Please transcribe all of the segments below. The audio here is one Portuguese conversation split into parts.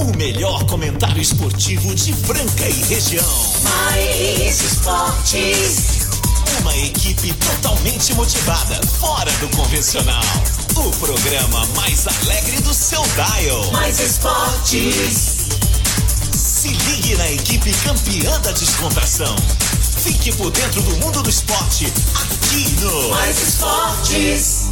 O melhor comentário esportivo de Franca e região. Mais Esportes. Uma equipe totalmente motivada, fora do convencional. O programa mais alegre do seu dial. Mais Esportes. Se ligue na equipe campeã da descontração. Fique por dentro do mundo do esporte, aqui no Mais Esportes.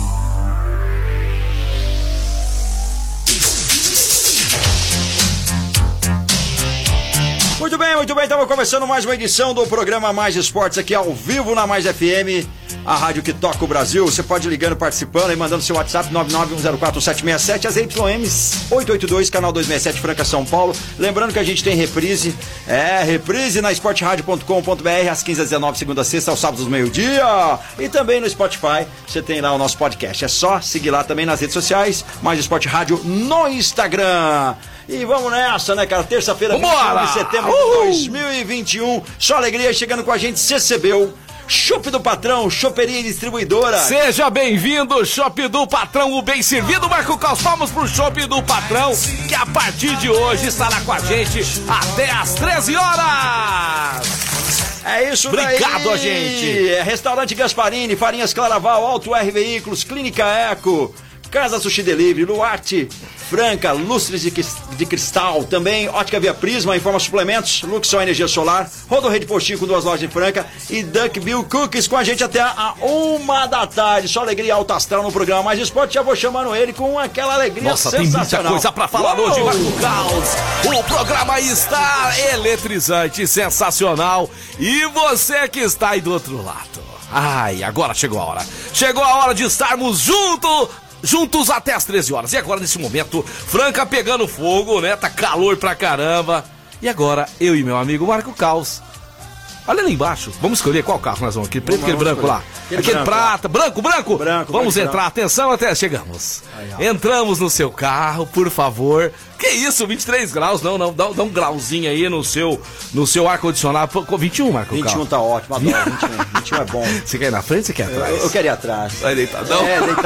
Muito bem, estamos começando mais uma edição do programa Mais Esportes aqui ao vivo na Mais FM, a rádio que toca o Brasil. Você pode ir ligando, participando e mandando seu WhatsApp 991041767, as YMs 882, canal 267, Franca, São Paulo. Lembrando que a gente tem reprise na esporteradio.com.br às 15h19, segunda a sexta, aos sábados, meio-dia. E também no Spotify, você tem lá o nosso podcast. É só seguir lá também nas redes sociais, Mais Esporte Rádio no Instagram. E vamos nessa, né, cara? Terça-feira, 21 de setembro de 2021. Só alegria, chegando com a gente, CCBU, Chopp do Patrão, choperia e distribuidora. Seja bem-vindo, Chopp do Patrão, o bem servido. Marco Caos, palmas pro Chopp do Patrão, que a partir de hoje estará com a gente até às 13 horas. É isso daí. Obrigado, a gente. Restaurante Gasparini, Farinhas Claraval, Auto R Veículos, Clínica Eco, Casa Sushi Delivery, Luarte, Franca, Lustres de Cristal, também Ótica Via Prisma, Informa Suplementos, Luxor Energia Solar, Rodorrede Postinho com 2 lojas em Franca e Duckbill Cookies com a gente até a 1 da tarde. Só alegria alto astral no programa Mais Esporte. Já vou chamando ele com aquela alegria sensacional. Nossa, tem muita coisa pra falar hoje, Marco Caos. O programa está eletrizante, sensacional. E você que está aí do outro lado. Ai, agora chegou a hora. Chegou a hora de estarmos juntos até as 13 horas. E agora, nesse momento, Franca pegando fogo, né? Tá calor pra caramba. E agora, eu e meu amigo Marco Caos. Olha lá embaixo. Vamos escolher qual carro nós vamos. Aquele preto, aquele branco lá. Aquele prata. Branco. Vamos entrar. Atenção, até chegamos. Entramos no seu carro, por favor. Que isso, 23 graus? Não, dá um grauzinho aí no seu ar-condicionado. 21, Marco Caos. 21 tá ótimo, adoro. 21 é bom. Você quer ir na frente ou você quer ir atrás? Eu quero ir atrás. Vai deitadão?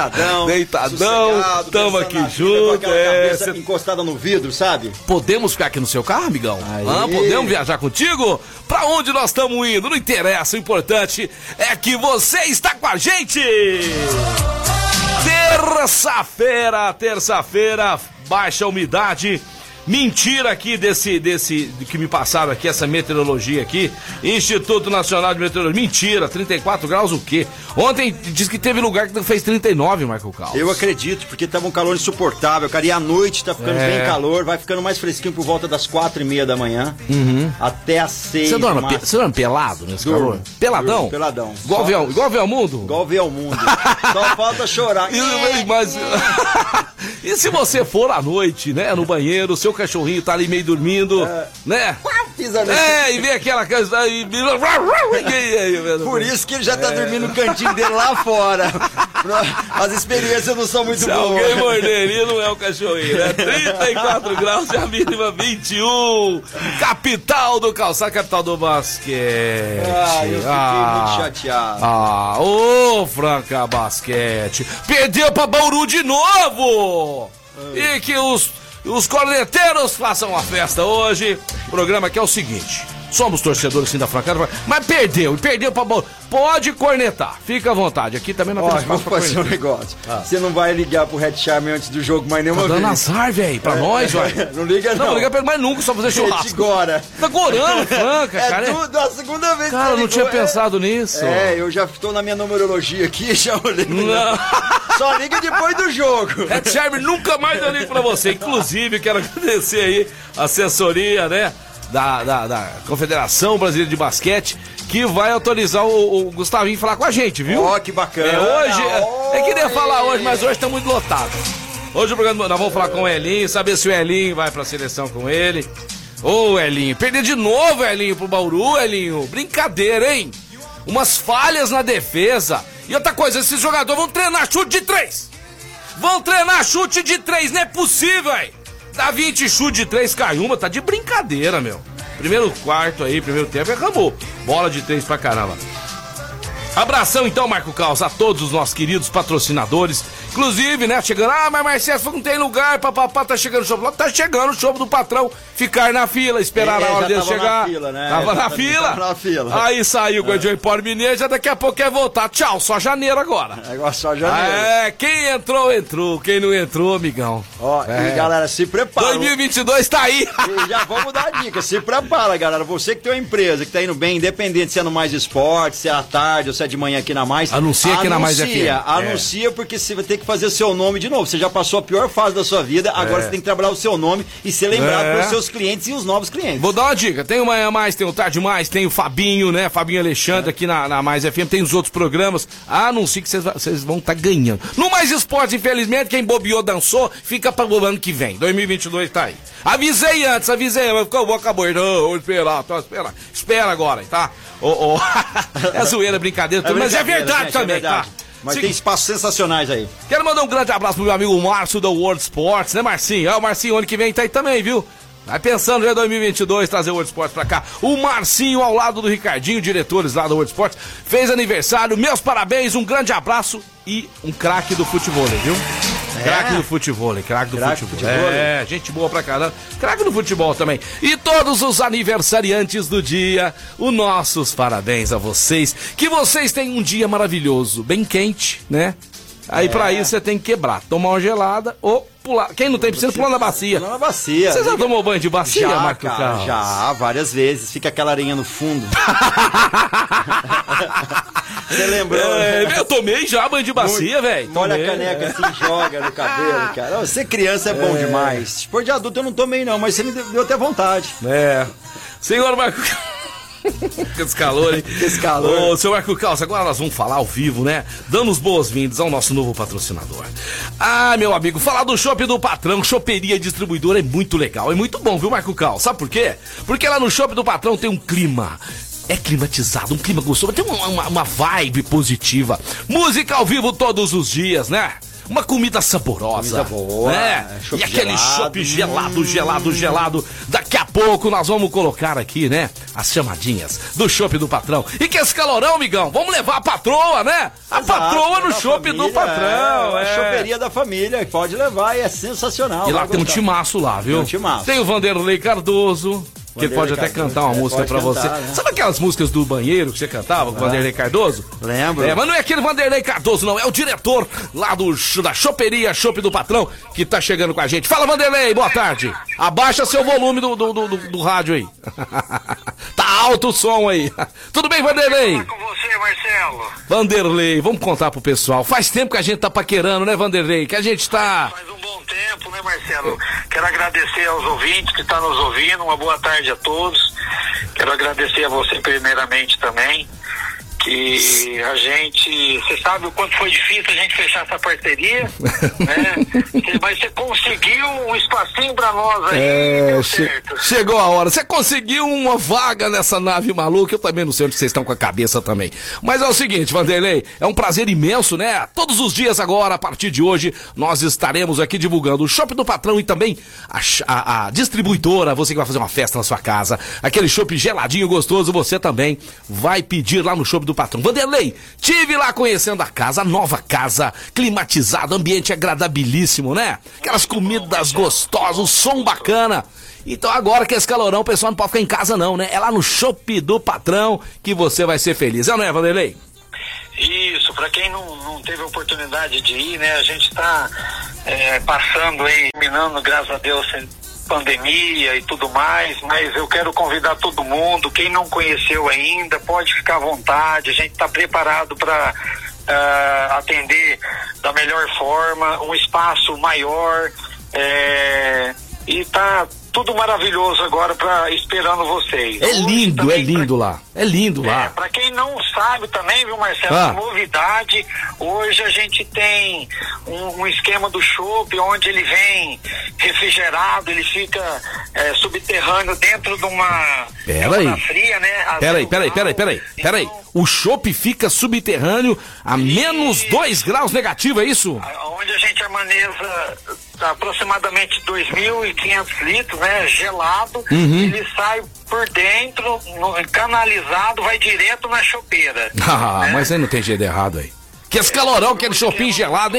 Deitadão. Tamo aqui junto. Com aquela cabeça encostada no vidro, sabe? Podemos ficar aqui no seu carro, amigão? Podemos viajar contigo? Pra onde nós estamos indo? Não interessa, o importante é que você está com a gente! Terça-feira, baixa umidade. Mentira aqui desse que me passaram aqui, essa meteorologia aqui, Instituto Nacional de Meteorologia. Mentira, 34 graus o quê? Ontem diz que teve lugar que fez 39, Marco Caos. Eu acredito, porque tava um calor insuportável, cara, e à noite tá ficando bem calor, vai ficando mais fresquinho por volta das 4h30 da manhã, até às 6. Você dorme pelado nesse calor? Peladão? Peladão. Igual ver ao mundo? Igual ver ao mundo. Só falta chorar. E se você for à noite, né, no banheiro, o seu cachorrinho tá ali meio dormindo, né? E vem aquela coisa aí. Por isso que ele já tá dormindo no cantinho dele lá fora. As experiências não são muito boas. Se alguém morder ele, não é o cachorrinho, né? 34 graus e a mínima 21. Capital do calçado, capital do basquete. Eu fiquei muito chateado. Ô Franca Basquete. Perdeu pra Bauru de novo. E que os corneteiros façam uma festa hoje. O programa aqui é o seguinte: somos torcedores sim da Franca, mas perdeu pra Bauru. Pode cornetar, fica à vontade. Aqui também não tem espaço pra fazer um negócio. Você não vai ligar pro Red Charme antes do jogo mais nenhuma vez. Tá dando azar, velho, pra nós, velho. Não liga não. Não liga pra ele mais nunca, só fazer churrasco. Agora. Tá gorando, Franca, cara. É a segunda vez que cara, eu não tinha pensado nisso. Eu já estou na minha numerologia aqui, já olhei. Não. Só liga depois do jogo. Red Charme nunca mais eu ligo pra você. Inclusive, quero agradecer aí a assessoria, né, da Confederação Brasileira de Basquete, que vai autorizar o Gustavinho falar com a gente, viu? Que bacana. Hoje, queria falar hoje, mas hoje tá muito lotado. Hoje o programa, nós vamos falar com o Elinho, saber se o Elinho vai pra seleção com ele. Ô, Elinho, perder de novo, Elinho, pro Bauru, Elinho. Brincadeira, hein? Umas falhas na defesa. E outra coisa, esses jogadores vão treinar chute de 3. Não é possível, velho. Dá 20 chute de 3, cai uma, tá de brincadeira, meu. Primeiro quarto aí, primeiro tempo e acabou. Bola de 3 pra caramba. Abração então, Marco Caos, a todos os nossos queridos patrocinadores Inclusive, né, chegando, mas Marcelo, não tem lugar, papapá, tá chegando o show. Lá tá chegando o show do patrão, ficar na fila, esperar a hora dele chegar. Na fila, né? Tava na fila. Aí saiu o Guardião Empório Mineiro, já daqui a pouco quer voltar. Tchau, só janeiro agora. Agora só janeiro. Quem entrou, quem não entrou, amigão. Ó, e galera, se prepara. 2022 tá aí. E já vamos dar a dica, se prepara, galera. Você que tem uma empresa que tá indo bem, independente se é no Mais Esporte, se é à tarde ou se é de manhã aqui na Mais. Anuncia aqui na Mais FM. Anuncia, porque você vai ter que fazer o seu nome de novo. Você já passou a pior fase da sua vida, agora você tem que trabalhar o seu nome e ser lembrado pelos seus clientes e os novos clientes. Vou dar uma dica, tem o Manhã Mais, tem o Tarde Mais, tem o Fabinho, né? Fabinho Alexandre aqui na Mais FM, tem os outros programas. Anuncie que vocês vão estar ganhando. No Mais Esporte, infelizmente, quem bobeou, dançou, fica para o ano que vem. 2022 tá aí. Avisei antes, mas ficou boca boa. Não, vou esperar, espera agora, tá? É zoeira, brincadeira, mas é verdade, gente, também, tá? Mas tem espaços sensacionais aí. Quero mandar um grande abraço pro meu amigo Márcio da World Sports, né, Marcinho? O Marcinho, ano que vem tá aí também, viu? Vai pensando já em 2022 trazer o World Sports pra cá. O Marcinho ao lado do Ricardinho, diretores lá do World Sports, fez aniversário. Meus parabéns, um grande abraço e um craque do futebol, viu? Craque do futebol. Gente boa pra caramba. Craque do futebol também. E todos os aniversariantes do dia, os nossos parabéns a vocês. Que vocês tenham um dia maravilhoso, bem quente, né? Aí pra isso você tem que quebrar, tomar uma gelada ou pular. Quem não tem piscina, pula na bacia. Pula na bacia. Você já tomou banho de bacia, já, Marco Carlos? Já, várias vezes. Fica aquela areia no fundo. Você lembrou? Eu tomei já banho de bacia, velho. Olha a caneca assim, joga no cabelo, cara. Você criança é bom demais. Se for de adulto eu não tomei não, mas você me deu até vontade. Senhor Marco Esse calor, hein? Esse calor. Ô, seu Marco Carlos, agora nós vamos falar ao vivo, né? Dando as boas-vindas ao nosso novo patrocinador. Meu amigo, falar do Chopp do Patrão, choperia distribuidora, é muito legal, é muito bom, viu, Marco Carlos? Sabe por quê? Porque lá no Chopp do Patrão tem um clima. É climatizado, um clima gostoso, tem uma vibe positiva. Música ao vivo todos os dias, né? Uma comida saborosa. Comida boa. E aquele chopp gelado. Daqui a pouco nós vamos colocar aqui, né? As chamadinhas do chopp do patrão. E que esse calorão, amigão, vamos levar a patroa, né? A patroa no chopp do patrão. A choperia da família, pode levar e é sensacional. E lá tem um timaço lá, viu? Tem o Vanderlei Cardoso. Que ele pode até cantar uma música pra você. Né? Sabe aquelas músicas do banheiro que você cantava com o Vanderlei Cardoso? Lembro. Mas não é aquele Vanderlei Cardoso, não. É o diretor lá da choperia Chopp do Patrão que tá chegando com a gente. Fala, Vanderlei, boa tarde. Abaixa seu volume do rádio aí. Tá alto o som aí. Tudo bem, Vanderlei? Com você, Marcelo. Vanderlei, vamos contar pro pessoal. Faz tempo que a gente tá paquerando, né, Vanderlei? Que a gente tá... Faz um bom tempo, né, Marcelo? Quero agradecer aos ouvintes que estão nos ouvindo. Uma boa tarde a todos. Quero agradecer a você primeiramente também, que a gente, você sabe o quanto foi difícil a gente fechar essa parceria, né? Mas você conseguiu um espacinho pra nós aí, deu certo. Chegou a hora, você conseguiu uma vaga nessa nave maluca, eu também não sei onde vocês estão com a cabeça também. Mas é o seguinte, Vanderlei, é um prazer imenso, né? Todos os dias agora, a partir de hoje, nós estaremos aqui divulgando o Chopp do Patrão e também a distribuidora, você que vai fazer uma festa na sua casa, aquele chopp geladinho gostoso, você também vai pedir lá no Chopp do Patrão. Vanderlei, tive lá conhecendo a casa, a nova casa, climatizada, ambiente agradabilíssimo, né? Aquelas comidas gostosas, som bacana. Então agora que esse calorão, o pessoal não pode ficar em casa não, né? É lá no Chopp do Patrão que você vai ser feliz, não é, Vanderlei? Isso, pra quem não teve a oportunidade de ir, né? A gente tá passando aí, terminando, graças a Deus, pandemia e tudo mais, mas eu quero convidar todo mundo, quem não conheceu ainda, pode ficar à vontade, a gente está preparado para atender da melhor forma, um espaço maior, e tá tudo maravilhoso agora esperando vocês. É lindo lá. É lindo lá. Pra quem não sabe também, viu, Marcelo, novidade, hoje a gente tem um esquema do chopp onde ele vem refrigerado, ele fica subterrâneo dentro de uma fria, né? Peraí. Então, o chopp fica subterrâneo a menos 2 graus negativo, é isso? Onde a gente armazena aproximadamente 2.500 litros, né? Gelado, ele sai por dentro, canalizado, vai direto na chopeira. Mas aí não tem jeito errado aí. Que esse calorão, aquele choppinho gelado, hein?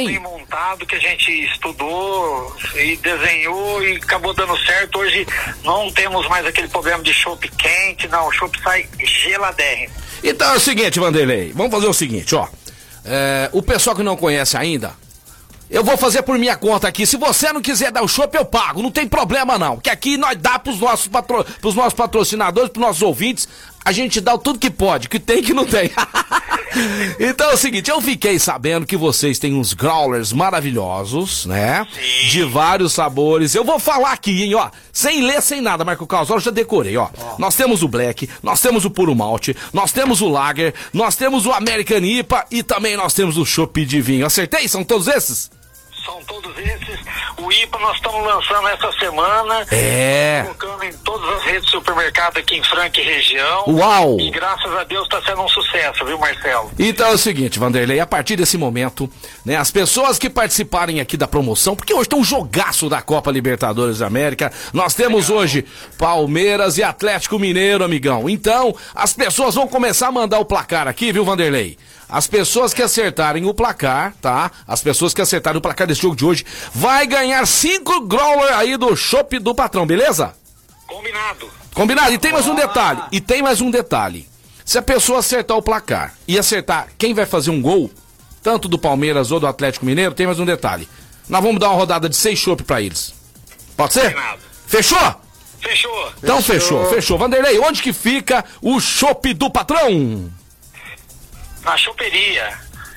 montado, que a gente estudou e desenhou e acabou dando certo. Hoje não temos mais aquele problema de chopp quente, não, o chopp sai geladérrimo. Então é o seguinte, Vanderlei, vamos fazer o seguinte, ó. O pessoal que não conhece ainda, eu vou fazer por minha conta aqui. Se você não quiser dar o chopp, eu pago. Não tem problema, não. Que aqui nós dá pros nossos patrocinadores, pros nossos ouvintes. A gente dá tudo que pode, que tem e que não tem. Então é o seguinte, eu fiquei sabendo que vocês têm uns growlers maravilhosos, né? Sim. De vários sabores. Eu vou falar aqui, hein, ó. Sem ler, sem nada, Marco Carlos. Eu já decorei, ó. Nós temos o Black, nós temos o Puro Malte, nós temos o Lager, nós temos o American IPA e também nós temos o chopp de vinho. Acertei? São todos esses? São todos esses. O IPA nós estamos lançando essa semana. Colocando em todas as redes de supermercado aqui em Franca e região. Uau! E graças a Deus está sendo um sucesso, viu, Marcelo? Então é o seguinte, Vanderlei, a partir desse momento, né, as pessoas que participarem aqui da promoção, porque hoje tem um jogaço da Copa Libertadores da América, nós temos hoje Palmeiras e Atlético Mineiro, amigão. Então, as pessoas vão começar a mandar o placar aqui, viu, Vanderlei? As pessoas que acertarem o placar, tá? As pessoas que acertarem o placar desse jogo de hoje vai ganhar 5 growler aí do chopp do patrão, beleza? Combinado. Combinado? E tem mais um detalhe. Se a pessoa acertar o placar e acertar quem vai fazer um gol, tanto do Palmeiras ou do Atlético Mineiro, tem mais um detalhe. Nós vamos dar uma rodada de 6 chopp pra eles. Pode ser? Combinado. Fechou? Fechou. Então fechou. Vanderlei, onde que fica o chopp do patrão? Na choperia,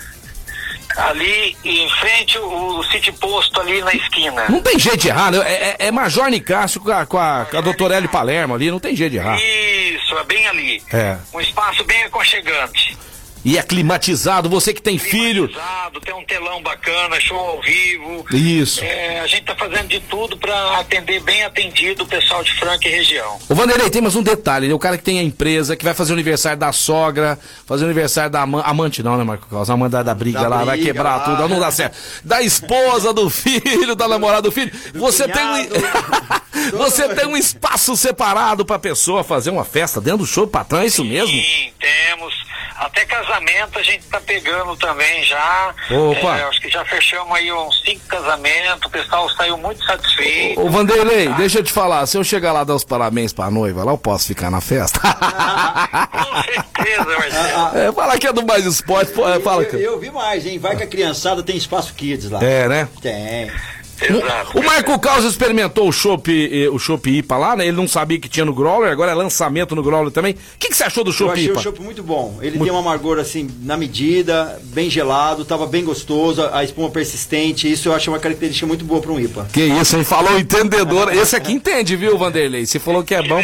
ali em frente o City Posto, ali na esquina. Não tem jeito de errar, né? É Major Nicásio com a doutora Hélio Palermo ali, não tem jeito de errar. Isso, é bem ali. Um espaço bem aconchegante. E é climatizado, você que tem filho. Tem um telão bacana, show ao vivo. Isso. A gente tá fazendo de tudo pra atender bem atendido o pessoal de Franca e região. Ô Vanderlei, tem mais um detalhe, né? O cara que tem a empresa, que vai fazer o aniversário da sogra, fazer o aniversário da amante não, né, Marco Carlos? A amante da briga lá, vai quebrar tudo, não dá certo. Da esposa, do filho, da namorada do filho. Você tem um espaço separado pra pessoa fazer uma festa dentro do show do patrão, é isso mesmo? Sim, temos. Até casamento a gente tá pegando também já. Opa! Acho que já fechamos aí uns 5 casamentos, o pessoal saiu muito satisfeito. Ô Vanderlei, deixa eu te falar, se eu chegar lá dar os parabéns pra noiva, lá eu posso ficar na festa? Com certeza, Marcelo. Fala que é do Mais Esporte, fala que... Eu vi mais, hein? Vai que a criançada tem espaço kids lá. Né? Tem. Exato. O Marco Carlos experimentou o chopp IPA lá, né? Ele não sabia que tinha no growler, agora é lançamento no growler também. O que você achou do chopp IPA? Eu achei o chopp muito bom. Ele tem um amargor assim, na medida, bem gelado, tava bem gostoso, a espuma persistente, isso eu acho uma característica muito boa para um IPA. Que isso, hein? Falou entendedor. Esse aqui entende, viu, Vanderlei? Se falou que é bom,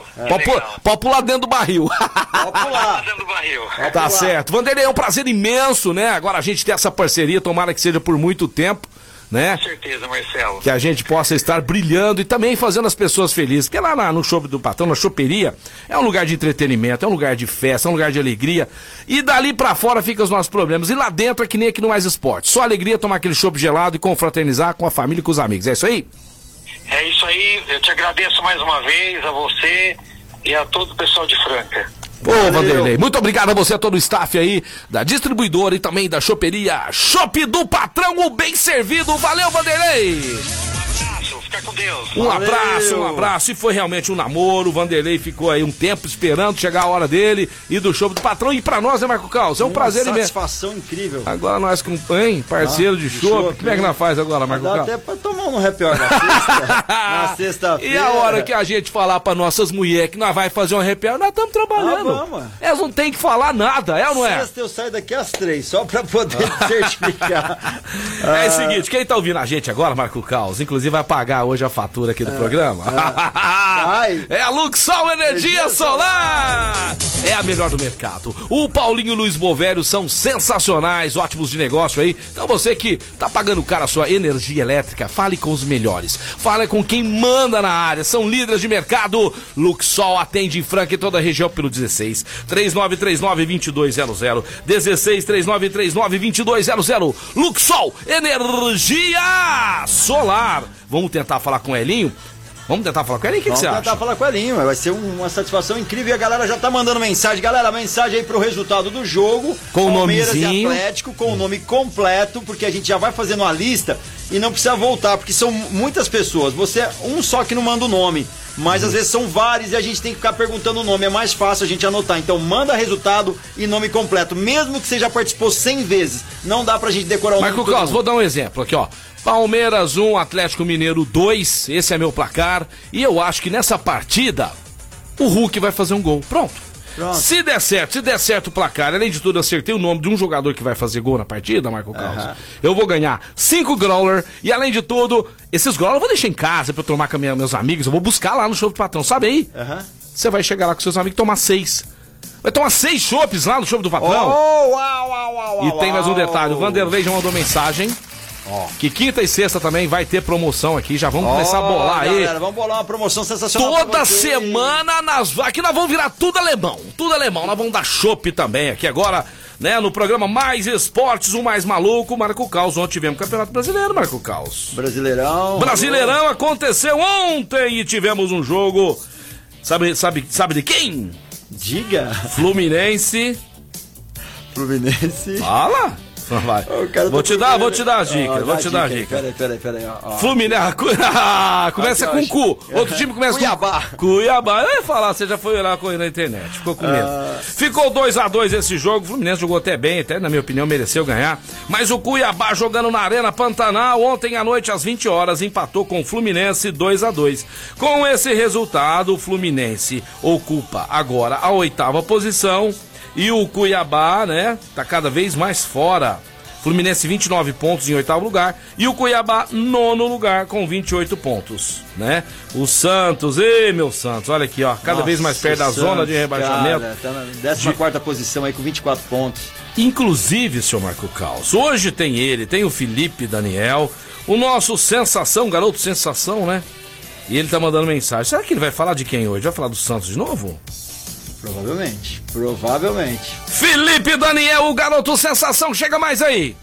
pode pular dentro do barril. Pode pular. Dentro do barril. Tá certo. Vanderlei, é um prazer imenso, né? Agora a gente ter essa parceria, tomara que seja por muito tempo. Né? Com certeza, Marcelo. Que a gente possa estar brilhando e também fazendo as pessoas felizes. Porque lá no chopp do patrão, na choperia, é um lugar de entretenimento, é um lugar de festa, é um lugar de alegria. E dali pra fora ficam os nossos problemas. E lá dentro é que nem aqui no Mais Esporte. Só alegria tomar aquele chopp gelado e confraternizar com a família e com os amigos. É isso aí? É isso aí. Eu te agradeço mais uma vez, a você e a todo o pessoal de Franca. Ô, Vanderlei, muito obrigado a você, a todo o staff aí, da distribuidora e também da choperia Chopp do Patrão, o bem servido. Valeu, Vanderlei! Fica com Deus. Um abraço. E foi realmente um namoro. O Vanderlei ficou aí um tempo esperando chegar a hora dele e do show do patrão. E pra nós, né, Marco Carlos? É um prazer imenso. Satisfação incrível. Agora nós com parceiro de show. Como é que nós faz agora, Marco Carlos? Dá até pra tomar um happy hour na sexta-feira. E a hora que a gente falar pra nossas mulheres que nós vai fazer um happy hour, nós estamos trabalhando. Vamos. Elas não tem que falar nada, é ou não é? Sexta eu saio daqui às 3, só pra poder certificar. É o seguinte, quem tá ouvindo a gente agora, Marco Carlos, inclusive vai pagar hoje a fatura aqui do programa. É a Luxol Energia Solar. É a melhor do mercado. O Paulinho e o Luiz Bovério são sensacionais, ótimos de negócio aí. Então você que tá pagando caro a sua energia elétrica, fale com os melhores. Fale com quem manda na área. São líderes de mercado. Luxol atende em Franca e toda a região pelo 16 3939-2200. 16 3939-2200. Luxol Energia Solar. Vamos tentar falar com o Elinho. Vamos tentar falar com ele? O que você acha? Vamos tentar falar com ele, vai ser uma satisfação incrível. E a galera já tá mandando mensagem. Galera, mensagem aí pro resultado do jogo. Com o Palmeiras nomezinho. E Atlético, com o nome completo, porque a gente já vai fazendo uma lista e não precisa voltar, porque são muitas pessoas. Você é um só que não manda o nome. Mas às vezes são vários e a gente tem que ficar perguntando o nome. É mais fácil a gente anotar. Então manda resultado e nome completo. Mesmo que você já participou 100 vezes. Não dá pra gente decorar o nome. Marco Carlos, vou dar um exemplo aqui, ó. Palmeiras 1, Atlético Mineiro 2. Esse é meu placar. E eu acho que nessa partida o Hulk vai fazer um gol. Pronto. Se der certo o placar, além de tudo, acertei o nome de um jogador que vai fazer gol na partida, Marco Carlos. Eu vou ganhar 5 growler e, além de tudo, esses growler eu vou deixar em casa pra eu tomar com meus amigos. Eu vou buscar lá no show do patrão, sabe aí? Você vai chegar lá com seus amigos e tomar 6. Vai tomar 6 chopes lá no show do patrão. E tem mais um detalhe, o Vanderlei já mandou mensagem. Que quinta e sexta também vai ter promoção aqui. Já vamos começar a bolar aí. Galera, vamos bolar uma promoção sensacional. Toda semana aqui nós vamos virar tudo alemão. Tudo alemão. Nós vamos dar chopp também aqui agora, né? No programa Mais Esportes, o mais maluco, Marco Caos. Ontem tivemos Campeonato Brasileiro, Marco Caos. Brasileirão aconteceu ontem e tivemos um jogo. Sabe de quem? Diga. Fluminense. Fala. Vai. Vou te dar as dicas. Peraí. Fluminense. Começa com Cu. Outro time começa com Cuiabá. Eu ia falar, você já foi lá com ele na internet. Ficou com medo. Ficou 2-2 esse jogo. O Fluminense jogou até bem, até na minha opinião mereceu ganhar. Mas o Cuiabá jogando na Arena Pantanal ontem à noite às 20 horas empatou com o Fluminense 2-2. Com esse resultado, o Fluminense ocupa agora a 8ª posição. E o Cuiabá, né, tá cada vez mais fora. Fluminense 29 pontos em 8º lugar. E o Cuiabá 9º lugar com 28 pontos, né? O Santos, meu Santos, olha aqui, ó. Cada vez mais perto da zona de rebaixamento. Cara, tá na 14ª posição aí com 24 pontos. Inclusive, senhor Marco Caos, hoje tem o Felipe Daniel, o nosso sensação, garoto sensação, né? E ele tá mandando mensagem. Será que ele vai falar de quem hoje? Vai falar do Santos de novo? Provavelmente. Felipe Daniel, o garoto sensação, chega mais aí.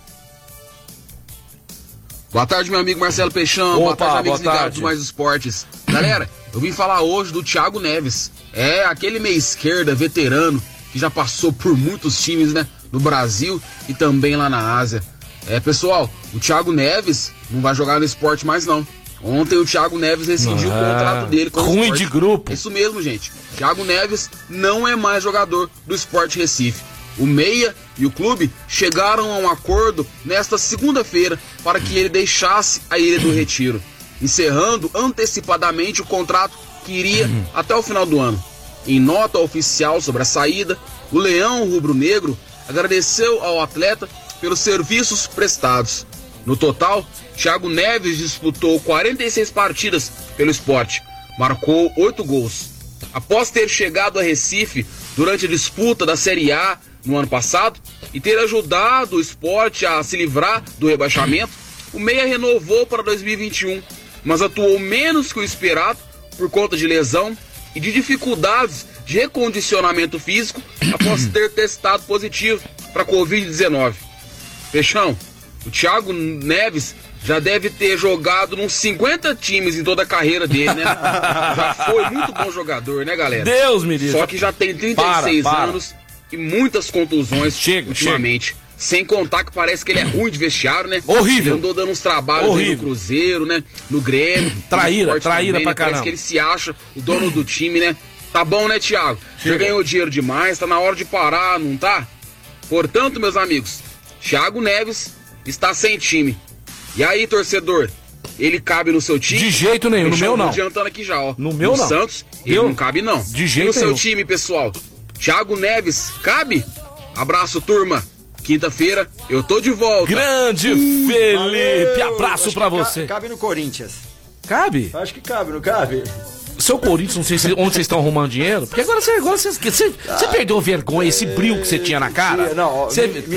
Boa tarde, meu amigo Marcelo Peixão. Boa tarde, amigos ligados do Mais Esportes. Galera, eu vim falar hoje do Thiago Neves. É aquele meia esquerda veterano que já passou por muitos times, né? No Brasil e também lá na Ásia. Pessoal, o Thiago Neves não vai jogar no esporte mais não. Ontem o Thiago Neves rescindiu o contrato dele com o Ruim de grupo. É isso mesmo, gente. Thiago Neves não é mais jogador do Sport Recife. O Meia e o clube chegaram a um acordo nesta segunda-feira para que ele deixasse a Ilha do Retiro, encerrando antecipadamente o contrato que iria até o final do ano. Em nota oficial sobre a saída, o Leão Rubro-Negro agradeceu ao atleta pelos serviços prestados. No total, Thiago Neves disputou 46 partidas pelo Sport, marcou 8 gols. Após ter chegado a Recife durante a disputa da Série A no ano passado e ter ajudado o Sport a se livrar do rebaixamento, o Meia renovou para 2021, mas atuou menos que o esperado por conta de lesão e de dificuldades de recondicionamento físico após ter testado positivo para Covid-19. Peixão, o Thiago Neves já deve ter jogado uns 50 times em toda a carreira dele, né? Já foi muito bom jogador, né, galera? Deus me livre. Só que já tem 36 anos e muitas contusões ultimamente. Sem contar que parece que ele é ruim de vestiário, né? Horrível. Ele andou dando uns trabalhos aí no Cruzeiro, né? No Grêmio. Traíra também, pra né? caramba. Parece que ele se acha o dono do time, né? Tá bom, né, Thiago? Já ganhou dinheiro demais, tá na hora de parar, não tá? Portanto, meus amigos, Thiago Neves está sem time. E aí, torcedor, ele cabe no seu time? De jeito nenhum, no meu não. Adiantando aqui já, ó. No meu não. Santos, ele não cabe não. De jeito nenhum. E no seu time, pessoal? Thiago Neves, cabe? Abraço, turma. Quinta-feira, eu tô de volta. Grande Felipe, abraço pra você. Cabe no Corinthians. Cabe? Acho que cabe, não cabe? Seu Corinthians, não sei onde vocês estão arrumando dinheiro, porque agora você perdeu vergonha, esse brilho que você tinha na cara. Não,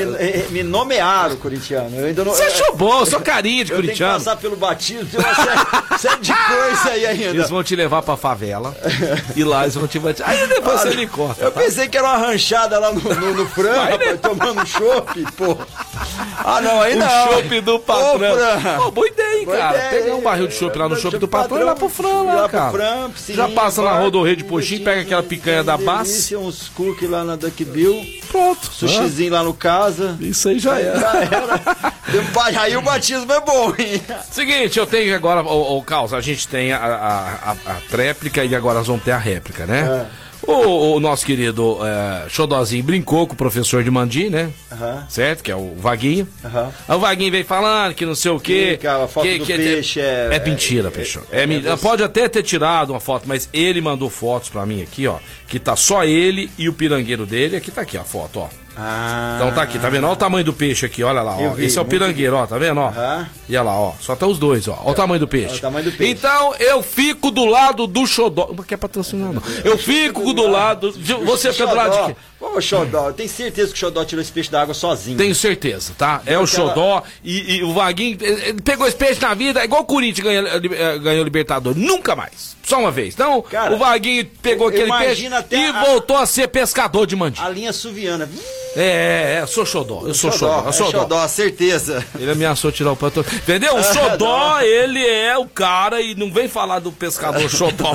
me nomearam corintiano. Eu ainda não. Você achou bom, sua carinha de corintiano. Tem que passar pelo batismo, tem uma série de coisa aí ainda. Eles vão te levar pra favela e lá eles vão te bater. Aí depois você me corta. Eu pensei que era uma ranchada lá no frango, rapaz, tomando chopp, pô. Ah, não, aí não. O chopp do patrão. Boa ideia, hein, cara? Pegar um barril de chopp lá no chopp do patrão e lá pro Fran, lá, cara. Já passa na rodorreia de Poxim, pega aquela picanha da Bass. Uns cookies lá na Duck Bill. Pronto. Sushizinho lá no casa. Isso aí já era. Aí o batismo é bom, hein? Seguinte, eu tenho agora, o Caos, a gente tem a tréplica e agora nós vamos ter a réplica, né? O nosso querido Xodozinho brincou com o professor de Mandi, né? Certo? Que é o Vaguinho. O Vaguinho veio falando que não sei o quê. A foto do peixe é mentira, peixe. Pode até ter tirado uma foto, mas ele mandou fotos pra mim aqui, ó. Que tá só ele e o pirangueiro dele. Aqui tá aqui a foto, ó. Então tá aqui, tá vendo? Olha o tamanho do peixe aqui, olha lá, ó. Esse é o pirangueiro, ó, tá vendo, ó? E olha lá, ó, só tá os dois, ó. Olha o tamanho do peixe. Então eu fico do lado do Xodó. Não quer patrocinar, não. Eu fico do lado. Você fica do lado de quê? Ô, Xodó, eu tenho certeza que o Xodó tirou esse peixe da água sozinho. Tenho certeza, tá? É o Xodó e o Vaguinho. Ele pegou esse peixe na vida, é igual o Corinthians ganhou o Libertadores. Nunca mais. Só uma vez. Então, cara, o Vaguinho pegou aquele peixe e voltou a ser pescador de Mandi. A linha suviana. Eu sou Xodó. Eu sou Xodó. É Xodó, certeza. Ele ameaçou tirar o patrão. Entendeu? O Xodó, ele é o cara e não vem falar do pescador Xodó.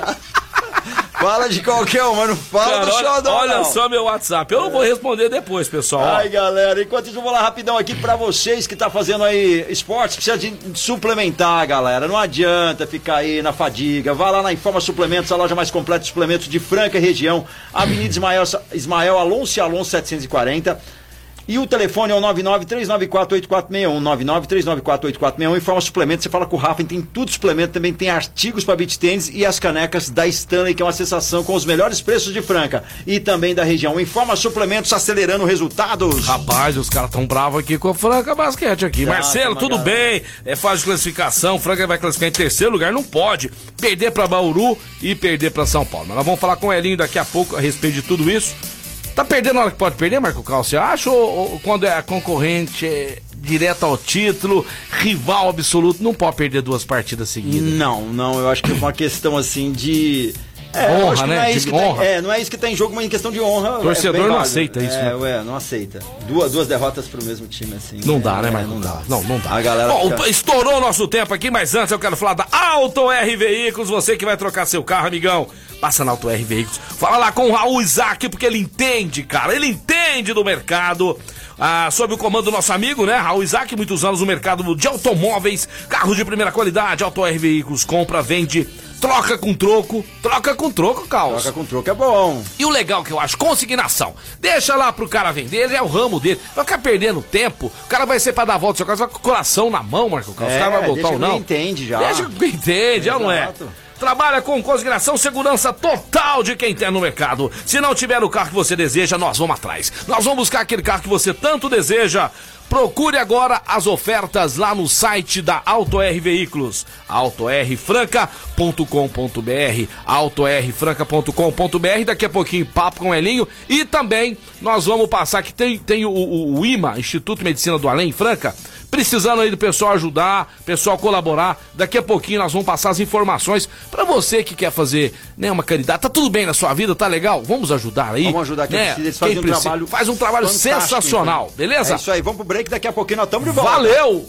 Fala de qualquer um, mas não fala do Xodó. Olha só meu WhatsApp. Eu não vou responder depois, pessoal. Ai, galera, enquanto isso eu vou lá rapidão aqui pra vocês que tá fazendo aí esportes, precisa de suplementar, galera. Não adianta ficar aí na fadiga. Vá lá na Informa Suplementos, a loja mais completa de suplementos de Franca e região. Avenida Ismael Alonso 740. E o telefone é o 99-394-8461, 99-394-8461. Informa Suplementos, você fala com o Rafa, tem tudo suplemento, também tem artigos para beach tênis e as canecas da Stanley, que é uma sensação com os melhores preços de Franca e também da região. Informa Suplementos, acelerando resultados. Rapaz, os caras tão bravos aqui com a Franca Basquete aqui. Marcelo, tudo bem? É fase de classificação, Franca vai classificar em terceiro lugar, não pode perder para Bauru e perder para São Paulo. Mas nós vamos falar com o Elinho daqui a pouco a respeito de tudo isso. Tá perdendo na hora que pode perder, Marco Cal? Você acha ou quando é concorrente direto ao título, rival absoluto, não pode perder 2 partidas seguidas? Não, eu acho que é uma questão assim de... honra, né? Não é isso que tá em jogo, mas em questão de honra. O torcedor não aceita isso, né? Não aceita. Duas derrotas pro mesmo time, assim. Não dá, né, Marco? Não dá. A galera estourou o nosso tempo aqui, mas antes eu quero falar da Auto R Veículos. Você que vai trocar seu carro, amigão, passa na Auto R Veículos. Fala lá com o Raul Isaac, porque ele entende, cara. Ele entende do mercado. Sob o comando do nosso amigo, né? Raul Isaac, muitos anos no mercado de automóveis, carros de primeira qualidade. Auto R Veículos compra, vende, troca com troco, Caos. Troca com troco é bom. E o legal que eu acho, consignação. Deixa lá pro cara vender, ele é o ramo dele. Vai ficar perdendo tempo, o cara vai ser pra dar a volta do seu carro, vai com o coração na mão, Marco Caos. O cara vai voltar ou não. Entende já. Deixa que entende, já não é. Trabalha com consignação, segurança total de quem tem no mercado. Se não tiver o carro que você deseja, nós vamos atrás. Nós vamos buscar aquele carro que você tanto deseja. Procure agora as ofertas lá no site da Auto R Veículos, autorfranca.com.br, autorfranca.com.br. Daqui a pouquinho papo com o Elinho. E também nós vamos passar que tem o IMA, Instituto de Medicina do Além, Franca, precisando aí do pessoal ajudar, pessoal colaborar. Daqui a pouquinho nós vamos passar as informações para você que quer fazer, né, uma caridade. Tá tudo bem na sua vida, tá legal? Vamos ajudar aí. Vamos ajudar quem precisa, eles fazem faz um trabalho sensacional, então. Beleza? É isso aí, vamos pro break, daqui a pouquinho nós estamos de volta. Valeu!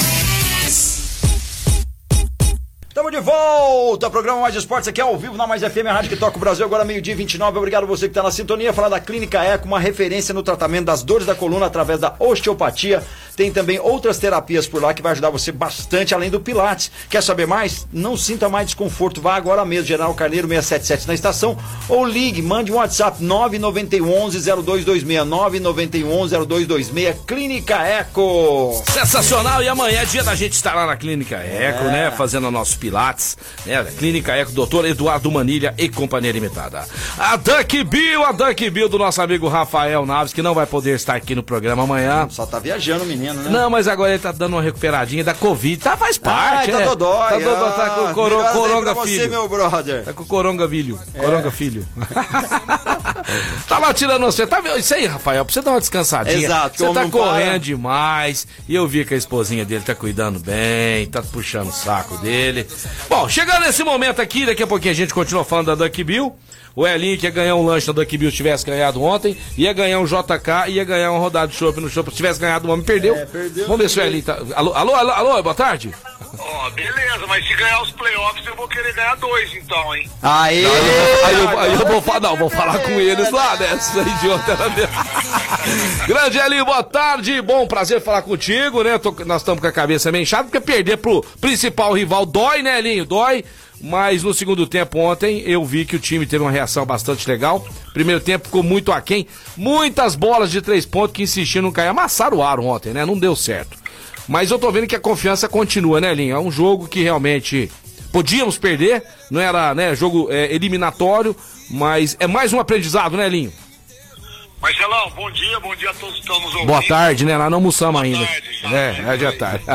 Estamos de volta, programa Mais Esportes aqui ao vivo na Mais FM, a rádio que toca o Brasil, agora 12h29. Obrigado a você que está na sintonia. Falar da Clínica Eco, uma referência no tratamento das dores da coluna através da osteopatia. Tem também outras terapias por lá que vai ajudar você bastante, além do Pilates. Quer saber mais? Não sinta mais desconforto, vá agora mesmo, General Carneiro 677 na estação, ou ligue, mande um WhatsApp 991110226, 991110226, Clínica Eco. Sensacional, e amanhã é dia da gente estar lá na Clínica Eco, né, fazendo o nosso Pilates, né? Clínica Eco, doutor Eduardo Manilha e Companhia Limitada. A Duck Bill do nosso amigo Rafael Naves, que não vai poder estar aqui no programa amanhã. Só tá viajando o menino, né? Não, mas agora ele tá dando uma recuperadinha da Covid. Tá, faz parte, tá dodói. Tá dodói, tá com o coronga filho. Você, meu brother. Tá com o coronga filho. Coronga filho. Tá lá tirando você. Tá vendo isso aí, Rafael? Pra você dar uma descansadinha. Exato. Você tá correndo demais. E eu vi que a esposinha dele tá cuidando bem, tá puxando o saco dele. Bom, chegando nesse momento aqui, daqui a pouquinho a gente continua falando da Duck Bill. O Elinho que ia ganhar um lanche na Duck Bill se tivesse ganhado ontem, ia ganhar um JK, ia ganhar uma rodada de chopp no chopp. Se tivesse ganhado um homem, perdeu. Perdeu. Vamos ver se o Elinho tá... Alô, boa tarde. Ó, beleza, mas se ganhar os playoffs eu vou querer ganhar 2 então, hein? Aí eu vou falar com eles lá, né? Essa idiota era mesmo. Grande Elinho, boa tarde. Bom, prazer falar contigo, né? Nós estamos com a cabeça meio inchada, porque perder pro principal rival dói, né, Elinho? Dói. Mas no segundo tempo ontem eu vi que o time teve uma reação bastante legal. Primeiro tempo ficou muito aquém. Muitas bolas de 3 pontos que insistiram não cair. Amassaram o aro ontem, né? Não deu certo. Mas eu tô vendo que a confiança continua, né, Linho? É um jogo que realmente podíamos perder. Não era, né, jogo eliminatório. Mas é mais um aprendizado, né, Linho? Marcelão, bom dia a todos que estão nos ouvindo. Boa tarde, né? Nós não almoçamos ainda. Tarde, já tarde.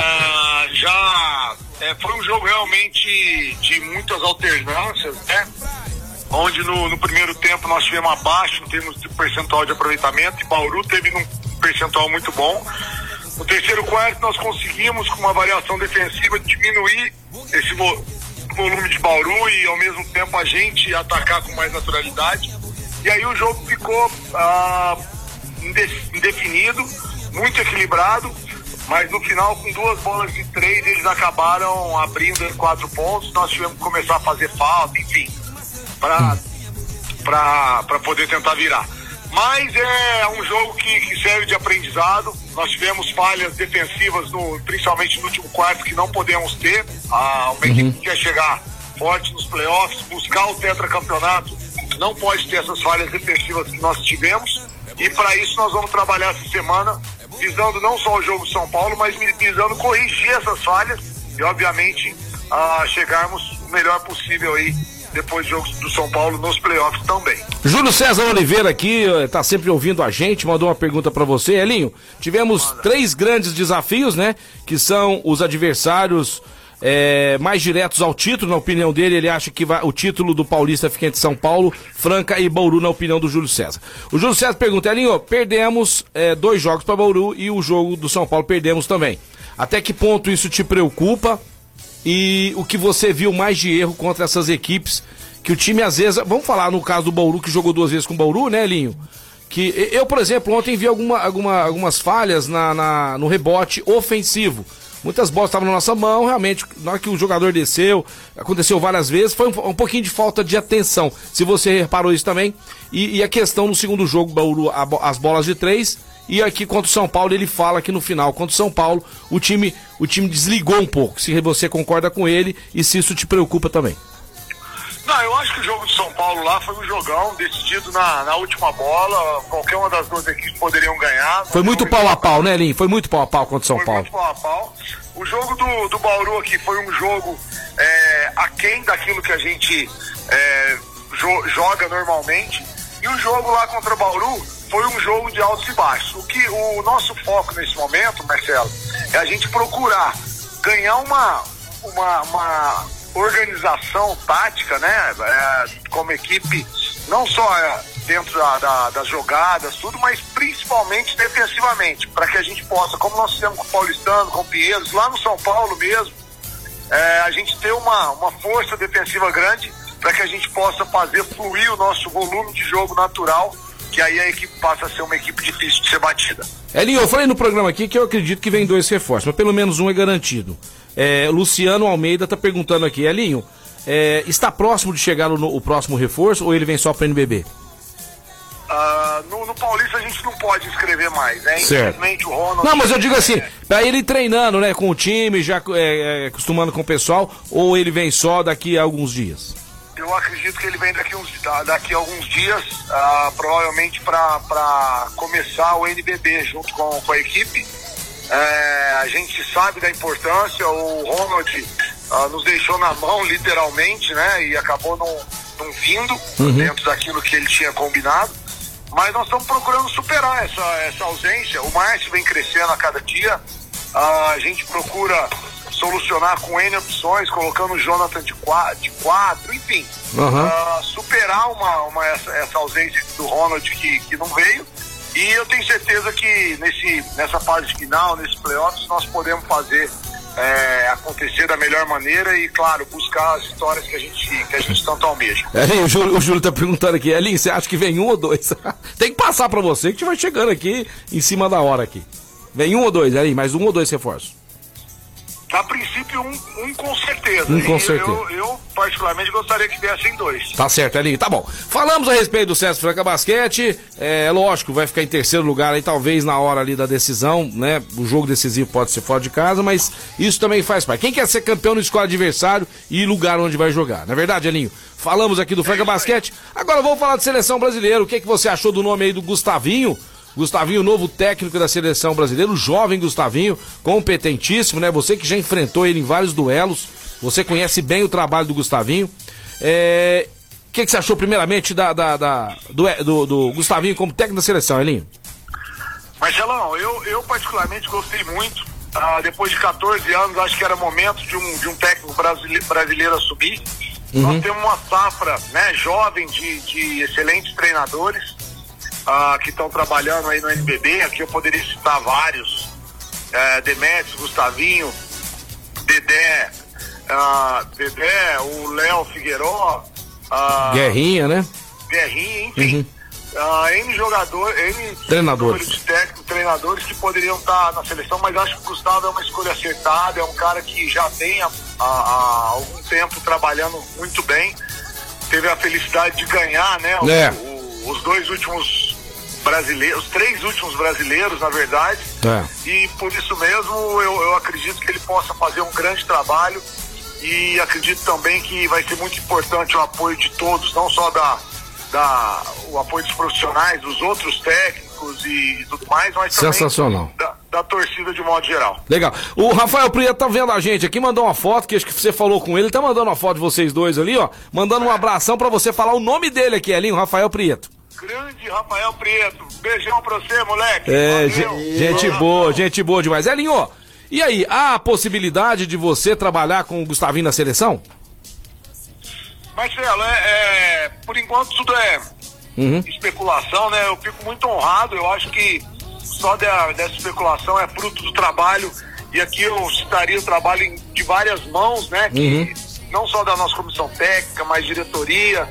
Foi um jogo realmente de muitas alternâncias, né? Onde no primeiro tempo nós tivemos abaixo em termos de percentual de aproveitamento, e Bauru teve um percentual muito bom. No terceiro quarto nós conseguimos, com uma variação defensiva, diminuir esse volume de Bauru e ao mesmo tempo a gente atacar com mais naturalidade. E aí o jogo ficou indefinido, muito equilibrado, mas no final, com 2 bolas de 3, eles acabaram abrindo 4 pontos. Nós tivemos que começar a fazer falta, enfim, para poder tentar virar. Mas é um jogo que serve de aprendizado. Nós tivemos falhas defensivas, principalmente no último quarto, que não podemos ter. Uma equipe que quer chegar forte nos playoffs, buscar o tetracampeonato, não pode ter essas falhas defensivas que nós tivemos. E para isso nós vamos trabalhar essa semana, visando não só o jogo de São Paulo, mas visando corrigir essas falhas e, obviamente, chegarmos o melhor possível aí depois do jogo do São Paulo nos playoffs também. Júlio César Oliveira aqui, tá sempre ouvindo a gente, mandou uma pergunta para você. Elinho, tivemos 3 grandes desafios, né? Que são os adversários mais diretos ao título, na opinião dele. Ele acha que o título do Paulista fica entre São Paulo, Franca e Bauru, na opinião do Júlio César. O Júlio César pergunta: Elinho, perdemos 2 jogos para Bauru e o jogo do São Paulo perdemos também. Até que ponto isso te preocupa? E o que você viu mais de erro contra essas equipes, que o time às vezes... Vamos falar no caso do Bauru, que jogou 2 vezes com o Bauru, né, Elinho? Que eu, por exemplo, ontem vi algumas falhas no rebote ofensivo. Muitas bolas estavam na nossa mão, realmente, na hora que o jogador desceu, aconteceu várias vezes, foi um pouquinho de falta de atenção, se você reparou isso também. E a questão no segundo jogo, Bauru, as bolas de 3, e aqui contra o São Paulo, ele fala que no final, contra o São Paulo, o time desligou um pouco, se você concorda com ele e se isso te preocupa também. Não, eu acho que o jogo de São Paulo lá foi um jogão decidido na última bola. Qualquer uma das 2 equipes poderiam ganhar. Foi muito pau a pau, né, Linho? Foi muito pau a pau contra o São Paulo. Foi muito pau a pau. O jogo do Bauru aqui foi um jogo aquém daquilo que a gente joga normalmente. E o jogo lá contra o Bauru foi um jogo de altos e baixos. O nosso foco nesse momento, Marcelo, é a gente procurar ganhar uma organização tática, né, como equipe, não só dentro das jogadas, tudo, mas principalmente defensivamente, para que a gente possa, como nós fizemos com o Paulistano, com o Pinheiros, lá no São Paulo mesmo, a gente ter uma força defensiva grande, para que a gente possa fazer fluir o nosso volume de jogo natural, que aí a equipe passa a ser uma equipe difícil de ser batida. Elinho, eu falei no programa aqui que eu acredito que vem 2 reforços, mas pelo menos um é garantido. Luciano Almeida tá perguntando aqui: Elinho, está próximo de chegar o próximo reforço ou ele vem só para o NBB? No Paulista a gente não pode escrever mais, né? Certo. Infelizmente o Ronald... Não, mas eu digo assim, pra ele treinando, né, com o time, já acostumando com o pessoal, ou ele vem só daqui a alguns dias? Eu acredito que ele vem daqui a alguns dias, provavelmente para começar o NBB junto com a equipe. A gente sabe da importância, o Ronald nos deixou na mão literalmente, né, e acabou não vindo dentro daquilo que ele tinha combinado, mas nós estamos procurando superar essa ausência. O Márcio vem crescendo a cada dia, a gente procura solucionar com N opções, colocando o Jonathan de 4, enfim, superar essa ausência do Ronald que não veio. E eu tenho certeza que nessa fase final, nesse playoffs, nós podemos fazer acontecer da melhor maneira e, claro, buscar as vitórias que a gente tanto almeja. O Júlio tá perguntando aqui, Elinho, você acha que vem 1 ou 2? Tem que passar pra você que vai chegando aqui em cima da hora aqui. Vem 1 ou 2, Elinho, mais 1 ou 2 reforços? A princípio, um com certeza. Com certeza. Eu, particularmente, gostaria que viessem 2. Tá certo, Elinho. Tá bom. Falamos a respeito do César Franca Basquete. Lógico, vai ficar em terceiro lugar aí, talvez na hora ali da decisão, né? O jogo decisivo pode ser fora de casa, mas isso também faz parte. Quem quer ser campeão não escolhe adversário e lugar onde vai jogar. Não é verdade, Elinho? Falamos aqui do Franca Basquete. Agora vamos falar de seleção brasileira. O que você achou do nome aí do Gustavinho? Gustavinho, novo técnico da seleção brasileira, o jovem Gustavinho, competentíssimo, né? Você que já enfrentou ele em vários duelos, você conhece bem o trabalho do Gustavinho. O que você achou primeiramente do Gustavinho como técnico da seleção, Elinho? Marcelão, eu particularmente gostei muito. Depois de 14 anos, acho que era momento de um técnico brasileiro assumir. Nós temos uma safra, né, jovem de excelentes treinadores. Que estão trabalhando aí no NBB. Aqui eu poderia citar vários: Demetrios, Gustavinho, Dedé, o Léo Figueiró, Guerrinha, né? Guerrinha, enfim. N treinadores que poderiam estar na seleção, mas acho que o Gustavo é uma escolha acertada, é um cara que já vem há algum tempo trabalhando muito bem, teve a felicidade de ganhar, né? Os 3 últimos brasileiros, na verdade. E por isso mesmo eu acredito que ele possa fazer um grande trabalho e acredito também que vai ser muito importante o apoio de todos, não só o apoio dos profissionais, dos outros técnicos e tudo mais, mas sensacional. Também da torcida de modo geral. Legal. O Rafael Prieto tá vendo a gente aqui, mandou uma foto, que acho que você falou com ele, tá mandando uma foto de vocês dois ali, ó, mandando um abração pra você falar o nome dele aqui, Elinho, Rafael Prieto. Grande Rafael Prieto, beijão pra você, moleque. Gente boa demais. Elinho, e aí, há a possibilidade de você trabalhar com o Gustavinho na seleção? Marcelo, por enquanto tudo é especulação, né? Eu fico muito honrado, eu acho que só dessa especulação é fruto do trabalho, e aqui eu citaria o trabalho de várias mãos, né? Que não só da nossa comissão técnica, mas diretoria,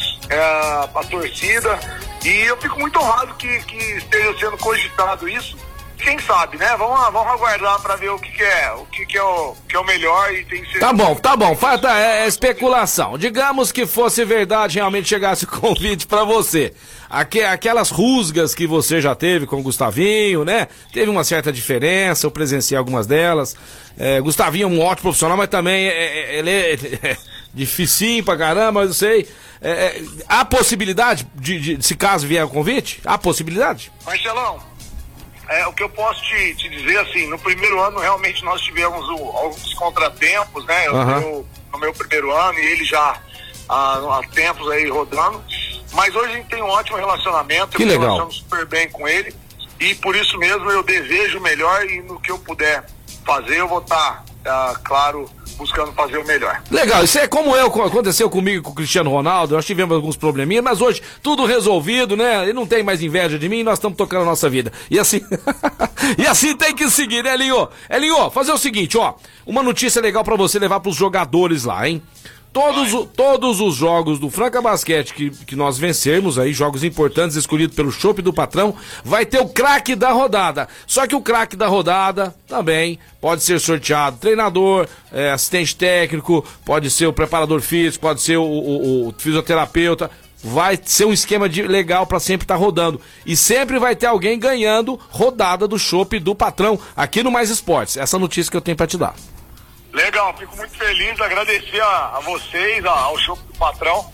a torcida, e eu fico muito honrado que esteja sendo cogitado isso. Quem sabe, né? Vamos aguardar para ver o que é o melhor e tem que ser... Tá bom. É especulação. Digamos que fosse verdade, realmente chegasse o convite para você. Aquelas rusgas que você já teve com o Gustavinho, né? Teve uma certa diferença, eu presenciei algumas delas. Gustavinho é um ótimo profissional, mas também ele é dificinho pra caramba, mas eu sei. Há possibilidade de se caso vier o convite? Há possibilidade? Marcelão, o que eu posso te dizer, assim, no primeiro ano realmente nós tivemos alguns contratempos, né? Eu no meu primeiro ano e ele já há tempos aí rodando, mas hoje a gente tem um ótimo relacionamento, que legal. Relacionamos super bem com ele, e por isso mesmo eu desejo o melhor, e no que eu puder fazer eu vou estar, claro, buscando fazer o melhor. Legal, isso é como aconteceu comigo e com o Cristiano Ronaldo, nós tivemos alguns probleminhas, mas hoje tudo resolvido, né? Ele não tem mais inveja de mim e nós estamos tocando a nossa vida. E assim, e assim tem que seguir, né, Elinho? Elinho, fazer o seguinte, ó, uma notícia legal pra você levar pros jogadores lá, hein? Todos os jogos do Franca Basquete que nós vencermos aí, jogos importantes escolhidos pelo Chopp do Patrão, vai ter o craque da rodada. Só que o craque da rodada também pode ser sorteado treinador, assistente técnico, pode ser o preparador físico, pode ser o fisioterapeuta. Vai ser um esquema legal para sempre estar rodando. E sempre vai ter alguém ganhando rodada do Chopp do Patrão aqui no Mais Esportes. Essa notícia que eu tenho para te dar. Legal, fico muito feliz, agradecer a vocês, ao Chopp do Patrão,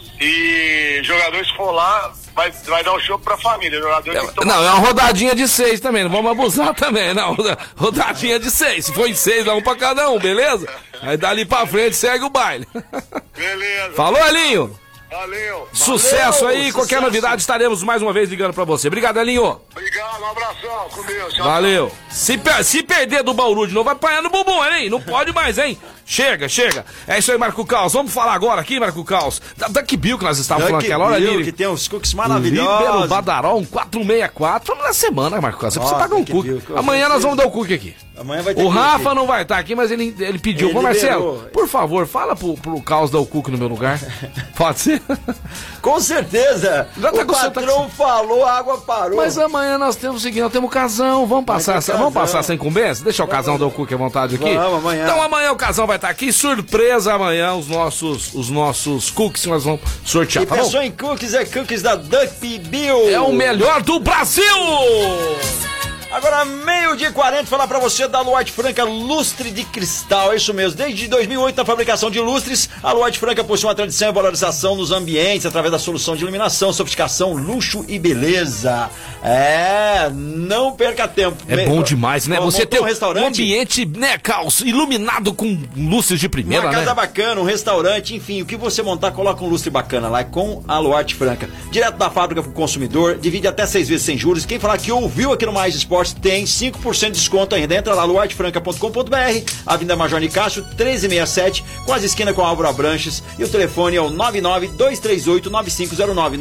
e jogadores que for lá, vai dar o chopp pra família. Não, é uma rodadinha de 6 também, não vamos abusar também, não, rodadinha de 6, se for em 6, dá um pra cada um, beleza? Aí dali pra frente segue o baile. Beleza. Falou, Elinho? Valeu. Sucesso aí, qualquer novidade estaremos mais uma vez ligando pra você. Obrigado, Elinho. Obrigado, um abração, com Deus. Tchau. Valeu. Se perder do Bauru de novo, vai apanhar no bumbum, hein? Não pode mais, hein? Chega. É isso aí, Marco Caos. Vamos falar agora aqui, Marco Caos. Duck Bill que nós estávamos falando aquela hora ali. Que tem uns cookies maravilhosos. Líbero Badarol, 464. Vamos na semana, Marco Caos. Você precisa pagar um cookie. Amanhã nós vamos dar o cookie aqui. Amanhã vai ter o Rafa não vai estar aqui, mas ele pediu. Ô, Marcelo, por favor, fala pro Caos dar o Cook no meu lugar. Pode ser? Com certeza. Já tá o patrão falou, a água parou. Mas amanhã nós temos o seguinte, nós temos o Casão. Vamos passar essa incumbência? Deixa o Casão dar o Cook à vontade aqui. Vamos, amanhã. Então amanhã o Casão vai estar aqui. Surpresa amanhã, os nossos cookies que nós vamos sortear, e tá bom? pensou em cookies, é cookies da Duck Bill. É o melhor do Brasil! Agora, 12:40, falar pra você da Aluarte Franca Lustre de Cristal, é isso mesmo. Desde 2008, na fabricação de lustres, a Aluarte Franca possui uma tradição e valorização nos ambientes, através da solução de iluminação, sofisticação, luxo e beleza. Não perca tempo. É bom demais, né? Você ter um restaurante, um ambiente, né, Caos, iluminado com lustres de primeira, uma casa né? bacana, um restaurante, enfim, o que você montar, coloca um lustre bacana lá, com a Aluarte Franca. Direto da fábrica pro consumidor, divide até 6 vezes sem juros. Quem falar que ouviu aqui no Mais Esportes tem 5% de desconto ainda. Entra lá, luartefranca.com.br, Avenida Major Nicásio, 1367, quase esquina com a Álvaro Abranches, e o telefone é o 99238-9509,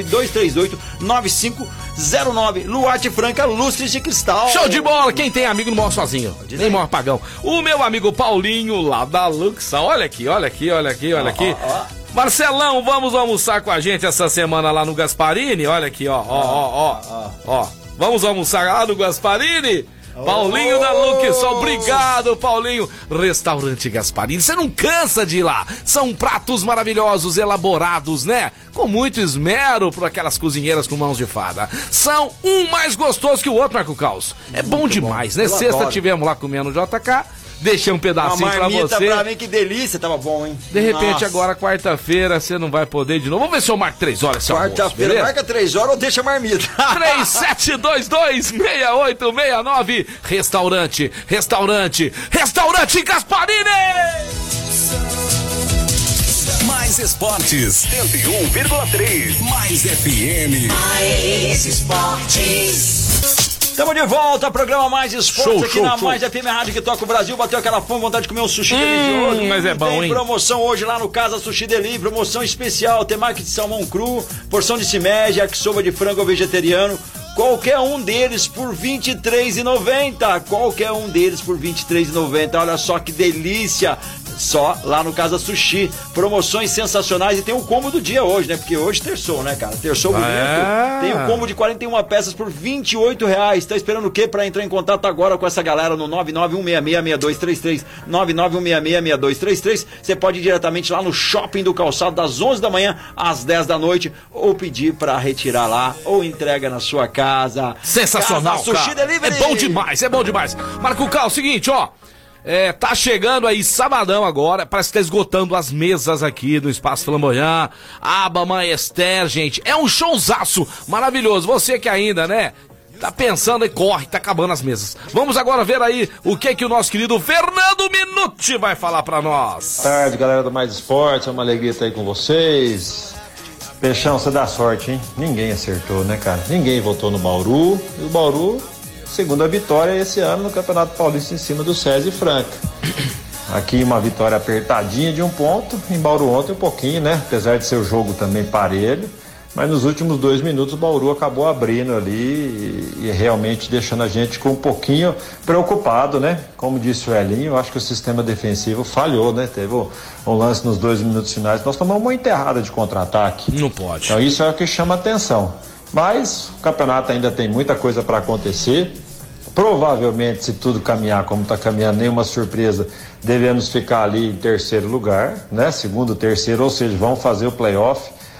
99238-9509. Luarte Franca, lustres de cristal. Show de bola! Quem tem amigo não morre sozinho, nem morre pagão. O meu amigo Paulinho, lá da Luxa, olha aqui. Marcelão, vamos almoçar com a gente essa semana lá no Gasparini? Olha aqui, ó. Vamos almoçar lá no Gasparini? Paulinho da Luxa, obrigado, Paulinho. Restaurante Gasparini, você não cansa de ir lá. São pratos maravilhosos, elaborados, né? Com muito esmero por aquelas cozinheiras com mãos de fada. São um mais gostoso que o outro, Marco Caos. É bom demais, né? Sexta tivemos lá comendo no JK. Deixei um pedacinho pra você. Pra mim, que delícia, tava bom, hein? De repente, agora, quarta-feira, você não vai poder de novo. Vamos ver se eu marco 3 horas, seu almoço, quarta-feira, marca 3 horas ou deixa a marmita. 3722-6869. Restaurante Gasparini! Mais esportes, 101,3. Mais FM. Mais esportes. Estamos de volta, programa Mais Esportes aqui na Mais FM, a rádio que toca o Brasil. Bateu aquela fome, vontade de comer um sushi delicioso. Mas é bom, hein? Tem promoção hoje lá no Casa Sushi Deli, promoção especial, temaki de salmão cru, porção de shimeji, yakisoba de frango vegetariano. Qualquer um deles por R$ 23,90. Qualquer um deles por R$ 23,90. Olha só que delícia. Só lá no Casa Sushi. Promoções sensacionais. E tem o combo do dia hoje, né? Porque hoje terçou, né, cara? Terçou bonito. Tem o combo de 41 peças por R$ 28,00. Tá esperando o quê pra entrar em contato agora com essa galera no 991666233? 991666233. Você pode ir diretamente lá no Shopping do Calçado das 11 da manhã às 10 da noite. Ou pedir pra retirar lá. Ou entrega na sua casa. Sensacional, Casa Sushi cara. Delivery. É bom demais. Marco Cal, seguinte, ó. Tá chegando aí sabadão agora, parece que tá esgotando as mesas aqui do Espaço Flamboyant, Aba Maester, gente, é um showzaço maravilhoso. Você que ainda, né, tá pensando aí, corre, tá acabando as mesas. Vamos agora ver aí o que o nosso querido Fernando Minuti vai falar pra nós. Boa tarde, galera do Mais Esportes, é uma alegria estar aí com vocês. Peixão, você dá sorte, hein? Ninguém acertou, né, cara? Ninguém votou no Bauru. E o Bauru, segunda vitória esse ano no Campeonato Paulista em cima do César e Franca. Aqui uma vitória apertadinha de 1 ponto. Em Bauru ontem um pouquinho, né? Apesar de ser o jogo também parelho. Mas nos últimos 2 minutos o Bauru acabou abrindo ali e realmente deixando a gente com um pouquinho preocupado, né? Como disse o Elinho, eu acho que o sistema defensivo falhou, né? Teve um lance nos 2 minutos finais, nós tomamos uma enterrada de contra-ataque. Não pode. Então isso é o que chama atenção. Mas o campeonato ainda tem muita coisa para acontecer. Provavelmente, se tudo caminhar como está caminhando, nenhuma surpresa, devemos ficar ali em 3º lugar, né? 2º, 3º, ou seja, vamos fazer o playoff.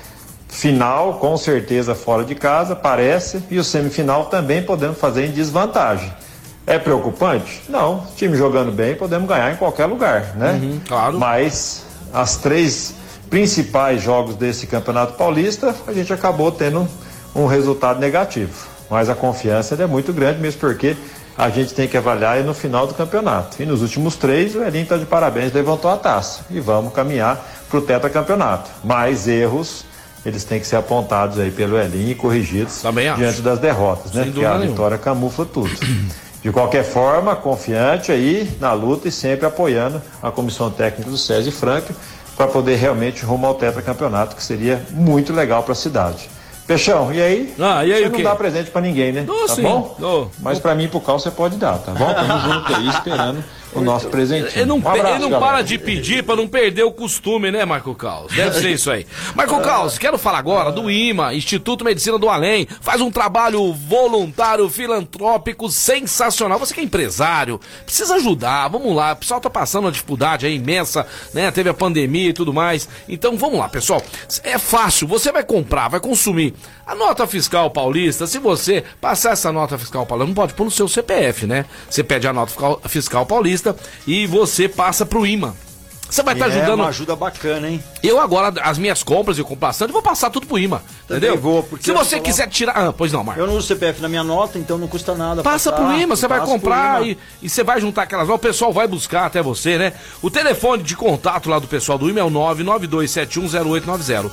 Final, com certeza, fora de casa, parece, e o semifinal também podemos fazer em desvantagem. É preocupante? Não. Time jogando bem, podemos ganhar em qualquer lugar, né? Claro. Mas as 3 principais jogos desse Campeonato Paulista, a gente acabou tendo um resultado negativo. Mas a confiança é muito grande, mesmo porque a gente tem que avaliar no final do campeonato. E nos últimos 3, o Elinho está de parabéns, levantou a taça. E vamos caminhar para o tetracampeonato. Mais erros, eles têm que ser apontados aí pelo Elinho e corrigidos diante das derrotas, né? Porque a vitória camufla tudo. De qualquer forma, confiante aí na luta e sempre apoiando a comissão técnica do César e Franca para poder realmente rumo ao tetracampeonato, que seria muito legal para a cidade. Peixão, e aí? E aí você o quê? não dá presente pra ninguém, né? Dou, tá sim. bom? Dou. Mas pra mim e pro Cal você pode dar, tá bom? Tamo junto aí, esperando o nosso presentinho. Ele não, abraço, ele não para de pedir pra não perder o costume, né, Marco Caos? Deve ser isso aí. Marco Caos, quero falar agora do IMA, Instituto Medicina do Além. Faz um trabalho voluntário, filantrópico, sensacional. Você que é empresário, precisa ajudar, vamos lá. O pessoal tá passando uma dificuldade aí imensa, né? Teve a pandemia e tudo mais. Então vamos lá, pessoal. É fácil, você vai comprar, vai consumir. A nota fiscal paulista, se você passar essa nota fiscal paulista, não pode pôr no seu CPF, né? Você pede a nota fiscal paulista e você passa pro IMA. Você vai estar ajudando. É uma ajuda bacana, hein? Eu agora, as minhas compras, eu compro bastante, eu vou passar tudo pro IMA. Entendeu? Vou, porque se você quiser tirar. Pois não, Marcos. Eu não uso CPF na minha nota, então não custa nada. Passa pro IMA, você vai comprar e você vai juntar aquelas notas, o pessoal vai buscar até você, né? O telefone de contato lá do pessoal do IMA é o 992710890.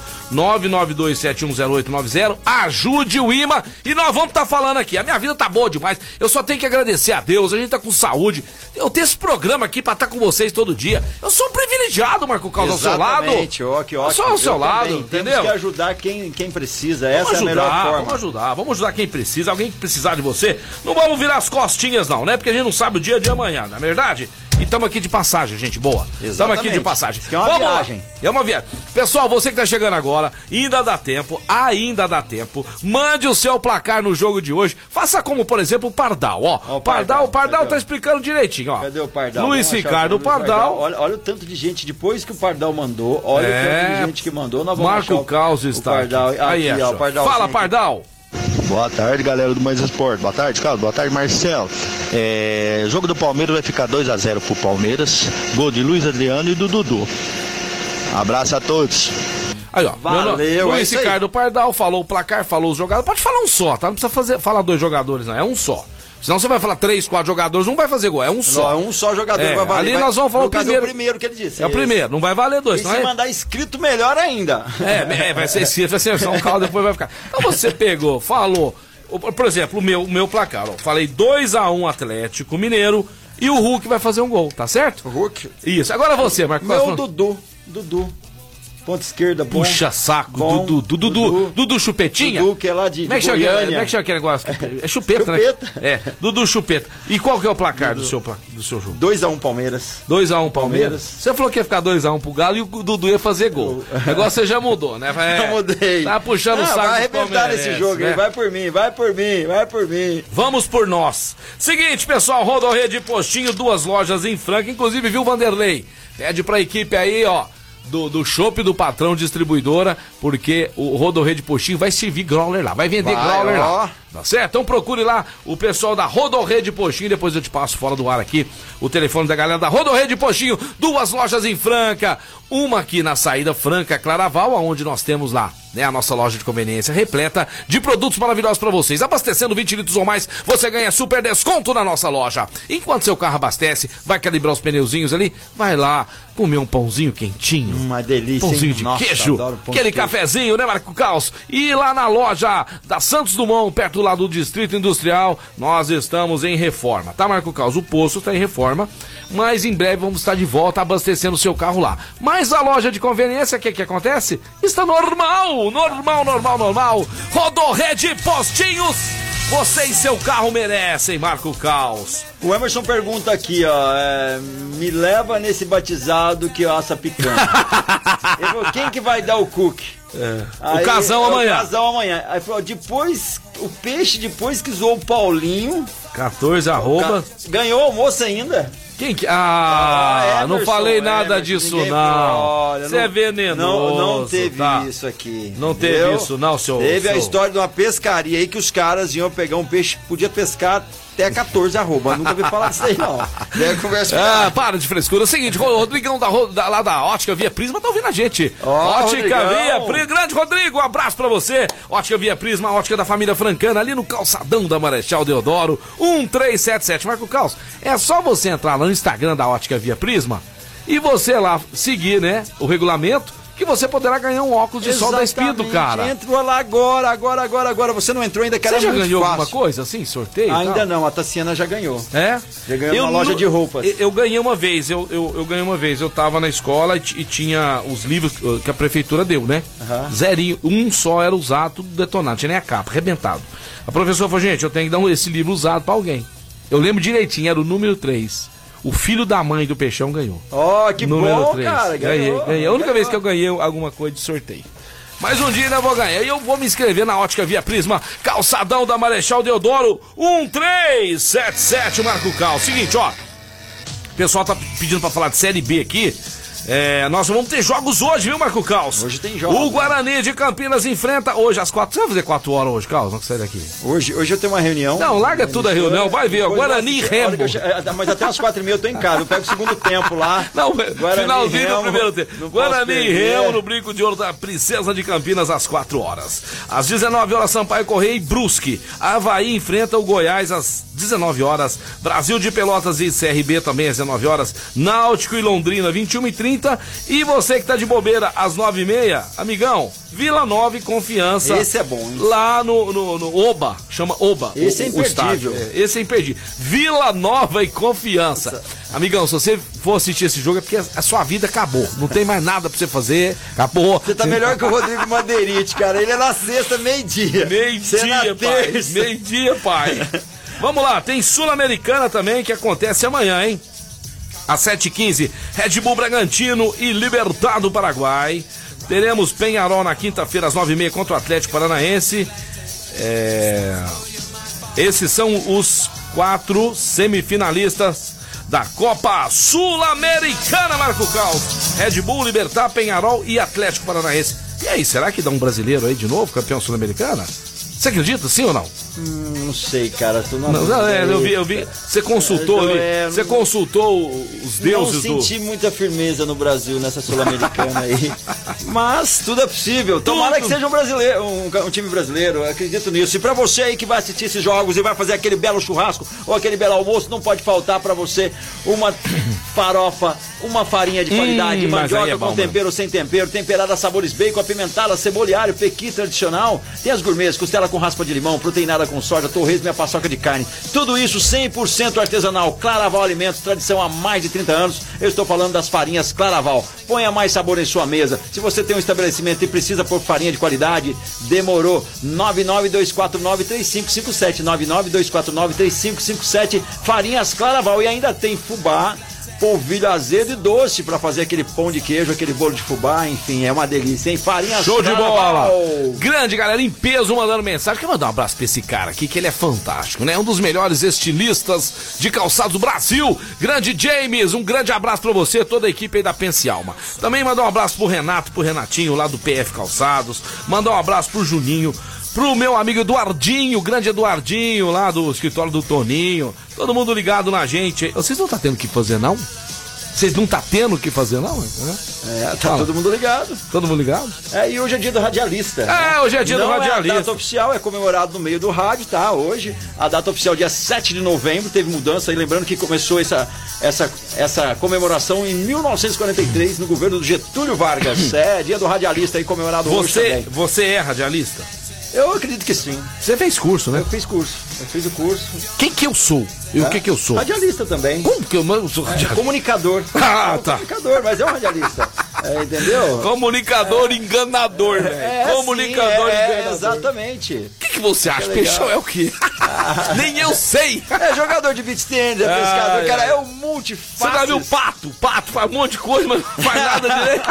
992710890. Ajude o IMA e nós vamos estar falando aqui. A minha vida tá boa demais. Eu só tenho que agradecer a Deus, a gente tá com saúde. Eu tenho esse programa aqui pra estar com vocês todo dia. Eu sou um privilegiado, Marco Caos, ao seu lado. Exatamente, ó, que ótimo. Só ao seu lado, também. entendeu? Temos que ajudar quem precisa, essa é a melhor forma. Vamos ajudar quem precisa, alguém que precisar de você. Não vamos virar as costinhas não, né? Porque a gente não sabe o dia de amanhã, não é verdade? E estamos aqui de passagem, gente boa. Estamos aqui de passagem. Que é uma viagem. É uma viagem. Pessoal, você que tá chegando agora, ainda dá tempo. Mande o seu placar no jogo de hoje. Faça como, por exemplo, o Pardal, ó. O Pardal tá explicando direitinho, ó. Cadê o Pardal? Luiz Ricardo Pardal. Olha o tanto de gente, depois que o Pardal mandou, olha o tanto de gente que mandou. Nós vamos Marco Caos está Pardal. Aí, ó, o Pardal. Fala, Pardal. Boa tarde, galera do Mais Esporte. Boa tarde, Carlos. Boa tarde, Marcelo. Jogo do Palmeiras vai ficar 2-0 pro Palmeiras. Gol de Luiz Adriano e do Dudu. Abraço a todos. Aí, ó. Valeu, Luiz Ricardo Pardal falou o placar, falou os jogadores. Pode falar um só, tá? Não precisa falar 2 jogadores, não. É um só. Senão você vai falar 3, 4 jogadores, não vai fazer gol. É um só. Não, é um só jogador que vai valer. Ali nós vamos falar o primeiro. É o primeiro que ele disse. É o primeiro, não vai valer 2. E se mandar escrito, melhor ainda. Vai ser escrito, vai ser só um carro, depois vai ficar. Então você pegou, falou. Por exemplo, o meu placar, ó. Falei 2-1 Atlético Mineiro e o Hulk vai fazer um gol, tá certo? O Hulk? Isso. Agora você, Marcos. Meu Dudu. Ponta esquerda, bom. Puxa saco, bom. Dudu Chupetinha? Dudu, que é lá de Goiânia. Como é que chama aquele negócio? É chupeta, né? Dudu Chupeta. E qual que é o placar do seu jogo? 2-1 Palmeiras. 2-1 Palmeiras. Você falou que ia ficar 2-1 pro Galo e o Dudu ia fazer gol. O negócio você já mudou, né? Eu mudei. Tá puxando o saco. Vai arrebentar nesse jogo, né? Vai por mim. Vamos por nós. Seguinte, pessoal, Rodorrede Postinho, 2 lojas em Franca, inclusive, viu, Vanderlei? Pede pra equipe aí, ó. Do chopp do patrão distribuidora, porque o Rodorrede Postinho vai servir growler lá, vai vender growler lá. Tá certo? Então procure lá o pessoal da Rodorrede Postinho, depois eu te passo fora do ar aqui o telefone da galera da Rodorrede Postinho, 2 lojas em Franca, uma aqui na saída Franca Claraval, onde nós temos lá, né, a nossa loja de conveniência repleta de produtos maravilhosos para vocês. Abastecendo 20 litros ou mais, você ganha super desconto na nossa loja. Enquanto seu carro abastece, vai calibrar os pneuzinhos ali, vai lá comer um pãozinho quentinho. Uma delícia, pãozinho de queijo, aquele cafezinho, né, Marco Caos? E lá na loja da Santos Dumont, perto lá do Distrito Industrial, nós estamos em reforma, tá, Marco Caos? O posto está em reforma, mas em breve vamos estar de volta abastecendo o seu carro lá. Mas a loja de conveniência, o que acontece? Está normal. Rodorrede Postinhos, você e seu carro merecem, Marco Caos. O Emerson pergunta aqui, ó, me leva nesse batizado que eu assa picanha. Ele falou, quem que vai dar o cookie? O casão amanhã. O casão amanhã. Aí falou, o peixe depois que zoou o Paulinho. 14 arroba. Ganhou almoço ainda. Quem que... Emerson, não falei nada disso, não. Você é venenoso. Não teve isso aqui. Não teve isso, não, seu... Teve a história de uma pescaria aí que os caras iam pegar um peixe, podia pescar até 14 arroba. Nunca ouvi falar disso aí, não. Para de frescura. É o seguinte, o Rodrigão lá da Ótica Via Prisma tá ouvindo a gente. Ótica Via Prisma. Grande Rodrigo, um abraço pra você. Ótica Via Prisma, a ótica da família francana, ali no calçadão da Marechal Deodoro, 1377. Marco Caos, é só você entrar lá no Instagram da Ótica Via Prisma e você lá seguir, né, o regulamento, que você poderá ganhar um óculos de sol da Espírito, cara. Entrou lá agora. Você não entrou ainda, cara. Você já ganhou alguma coisa assim, sorteio? Ainda não, a Tassiana já ganhou. É? Já ganhou uma loja de roupas. Eu ganhei uma vez, eu ganhei uma vez. Eu tava na escola e tinha os livros que a prefeitura deu, né? Zerinho, um só era usado, tudo detonado, tinha nem a capa, arrebentado. A professora falou, gente, eu tenho que dar esse livro usado pra alguém. Eu lembro direitinho, era o número 3. O filho da mãe do Peixão ganhou. Ó, que número bom, 3. cara. Ganhei. A única vez que eu ganhei alguma coisa de sorteio. Mas um dia ainda vou ganhar. E eu vou me inscrever na Ótica Via Prisma, calçadão da Marechal Deodoro, 1377, Marco Cal. Seguinte, ó. O pessoal tá pedindo pra falar de Série B aqui. Nós vamos ter jogos hoje, viu, Marco Caos? Hoje tem jogos. O Guarani de Campinas enfrenta hoje às 4. Você vai fazer 4 horas hoje, Caos? Não sai daqui. Hoje eu tenho uma reunião. Não, larga tudo a reunião, vai ver, ó, Guarani e Remo. Mas até às 4h30 eu tô em casa, eu pego o segundo tempo lá. Não, Guarani, finalzinho do primeiro tempo. Guarani e Remo no Brinco de Ouro da Princesa de Campinas às 4 horas. Às 19 horas, Sampaio Correia e Brusque. Havaí enfrenta o Goiás às 19 horas. Brasil de Pelotas e CRB também às 19 horas. Náutico e Londrina, 21h30. E você que tá de bobeira às 9h30, amigão, Vila Nova e Confiança. Esse é bom, hein? Lá no Oba, chama Oba. Esse é imperdível. Esse é imperdível. Vila Nova e Confiança. Nossa. Amigão, se você for assistir esse jogo é porque a sua vida acabou. Não tem mais nada pra você fazer. Acabou. Você tá melhor que o Rodrigo Madeirite, cara. Ele é na sexta, meio-dia. Meio-dia, pai. Meio-dia, pai. Vamos lá, tem Sul-Americana também que acontece amanhã, hein? Às 7h15, Red Bull Bragantino e Libertad do Paraguai. Teremos Peñarol na quinta-feira às 9h30 contra o Atlético Paranaense. Esses são os 4 semifinalistas da Copa Sul-Americana, Marco Caos. Red Bull, Libertad, Peñarol e Atlético Paranaense. E aí, será que dá um brasileiro aí de novo, campeão sul-americana? Você acredita, sim ou não? Não sei, cara. Eu vi. Você consultou ali. Você consultou os deuses Não senti muita firmeza no Brasil nessa Sul-Americana aí. Mas tudo é possível. Tomara que seja um brasileiro, um time brasileiro. Eu acredito nisso. E pra você aí que vai assistir esses jogos e vai fazer aquele belo churrasco ou aquele belo almoço, não pode faltar pra você uma farofa, uma farinha de qualidade, mandioca com tempero ou sem tempero, temperada a sabores bacon, apimentada, cebola e alho, pequi tradicional. Tem as gourmets, costela com raspa de limão, proteinada com soja, torresmo e a paçoca de carne. Tudo isso 100% artesanal. Claraval Alimentos, tradição há mais de 30 anos. Eu estou falando das farinhas Claraval. Ponha mais sabor em sua mesa. Se você tem um estabelecimento e precisa pôr farinha de qualidade, demorou. 992493557. 992493557. Farinhas Claraval. E ainda tem fubá, polvilho azedo e doce pra fazer aquele pão de queijo, aquele bolo de fubá, enfim, é uma delícia, hein? Farinha show de bola! Grande galera, em peso mandando mensagem. Quero mandar um abraço pra esse cara aqui, que ele é fantástico, né? Um dos melhores estilistas de calçados do Brasil. Grande James, um grande abraço pra você, toda a equipe aí da Pense Alma. Também mandar um abraço pro Renato, pro Renatinho lá do PF Calçados. Mandar um abraço pro Juninho. Pro meu amigo Eduardinho, grande Eduardinho, lá do escritório do Toninho. Todo mundo ligado na gente. Vocês não tá tendo o que fazer, não? Vocês não tá tendo o que fazer, não? Tá todo mundo ligado. Todo mundo ligado? E hoje é dia do radialista. Hoje é dia do radialista. Não é a data oficial, é comemorado no meio do rádio, tá? Hoje, a data oficial dia 7 de novembro, teve mudança aí, lembrando que começou essa comemoração em 1943, no governo do Getúlio Vargas. É, dia do radialista aí, comemorado hoje também. Você é radialista? Eu acredito que sim. Você fez curso, né? Eu fiz curso. Eu fiz o curso. Quem que eu sou? O que eu sou? Radialista também. Como que eu sou radialista? Comunicador. Tá. Comunicador, mas é um radialista. Entendeu? Comunicador enganador, né? Comunicador enganador. Exatamente. O que você acha? Peixão é o quê? Nem eu sei. É jogador de beach tennis, é pescador, cara, é um multifácil. Você já viu o Pato? Pato faz um monte de coisa, mas não faz nada direito.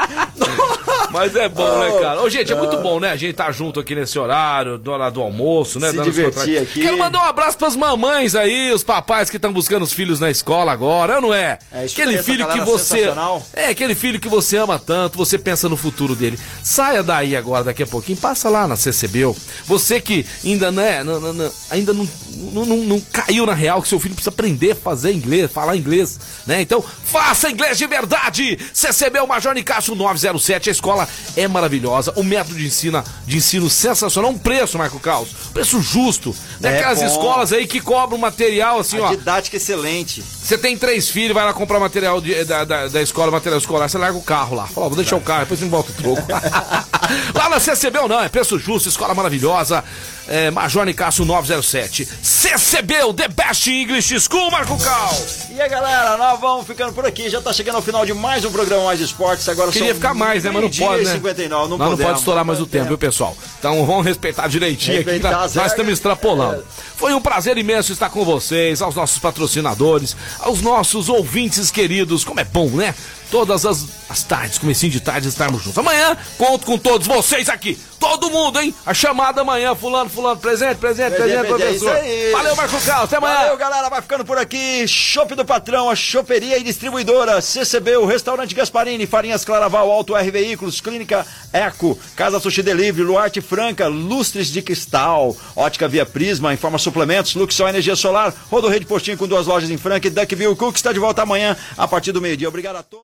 Mas é bom, né, cara? Ô, gente, é muito bom, né? A gente tá junto aqui nesse horário, do hora do almoço, né? Se divertir aqui. Quero mandar um abraço pras mamães aí, os papais que estão buscando os filhos na escola agora, não é? Aquele filho que você... aquele filho que você ama tanto, você pensa no futuro dele. Saia daí agora, daqui a pouquinho, passa lá na CCBU. Você que ainda, né, ainda não caiu na real, que seu filho precisa aprender a fazer inglês, falar inglês, né? Então, faça inglês de verdade! CCBU Major Nicásio 907, a escola escola é maravilhosa, o método de ensino sensacional, um preço, Marco Caos, preço justo. Não é aquelas escolas aí que cobram material assim, ó. Didática excelente. Você tem 3 filhos, vai lá comprar material da escola, material escolar, você larga o carro lá. Fala, vou deixar o carro, depois você volta o troco. Lá na CCBU não, é preço justo, escola maravilhosa. Major Nicasso 907. CCBU, The Best English School, Marco Cal. E aí, galera, nós vamos ficando por aqui. Já tá chegando ao final de mais um programa Mais Esportes. Agora queria ficar mais, né? Mas não pode, né? 59, não pode estourar mais o tempo, viu, pessoal? Então vamos respeitar direitinho aqui. Nós estamos extrapolando. Foi um prazer imenso estar com vocês, aos nossos patrocinadores, aos nossos ouvintes queridos. Como é bom, né? Todas as tardes, comecinho de tarde, estarmos juntos. Amanhã, conto com todos vocês aqui. Todo mundo, hein? A chamada amanhã, fulano, presente, professor. Valeu, Marco Carlos, até amanhã. Valeu, galera, vai ficando por aqui. Chopp do Patrão, a choperia e distribuidora CCB, o Restaurante Gasparini, Farinhas Claraval, Auto R Veículos, Clínica Eco, Casa Sushi Delivery, Luarte Franca, Lustres de Cristal, Ótica Via Prisma, Informa Suplementos, Luxol Energia Solar, Rodorrede Postinho com 2 lojas em Franca e Duckville. Cook está de volta amanhã a partir do meio-dia. Obrigado a todos.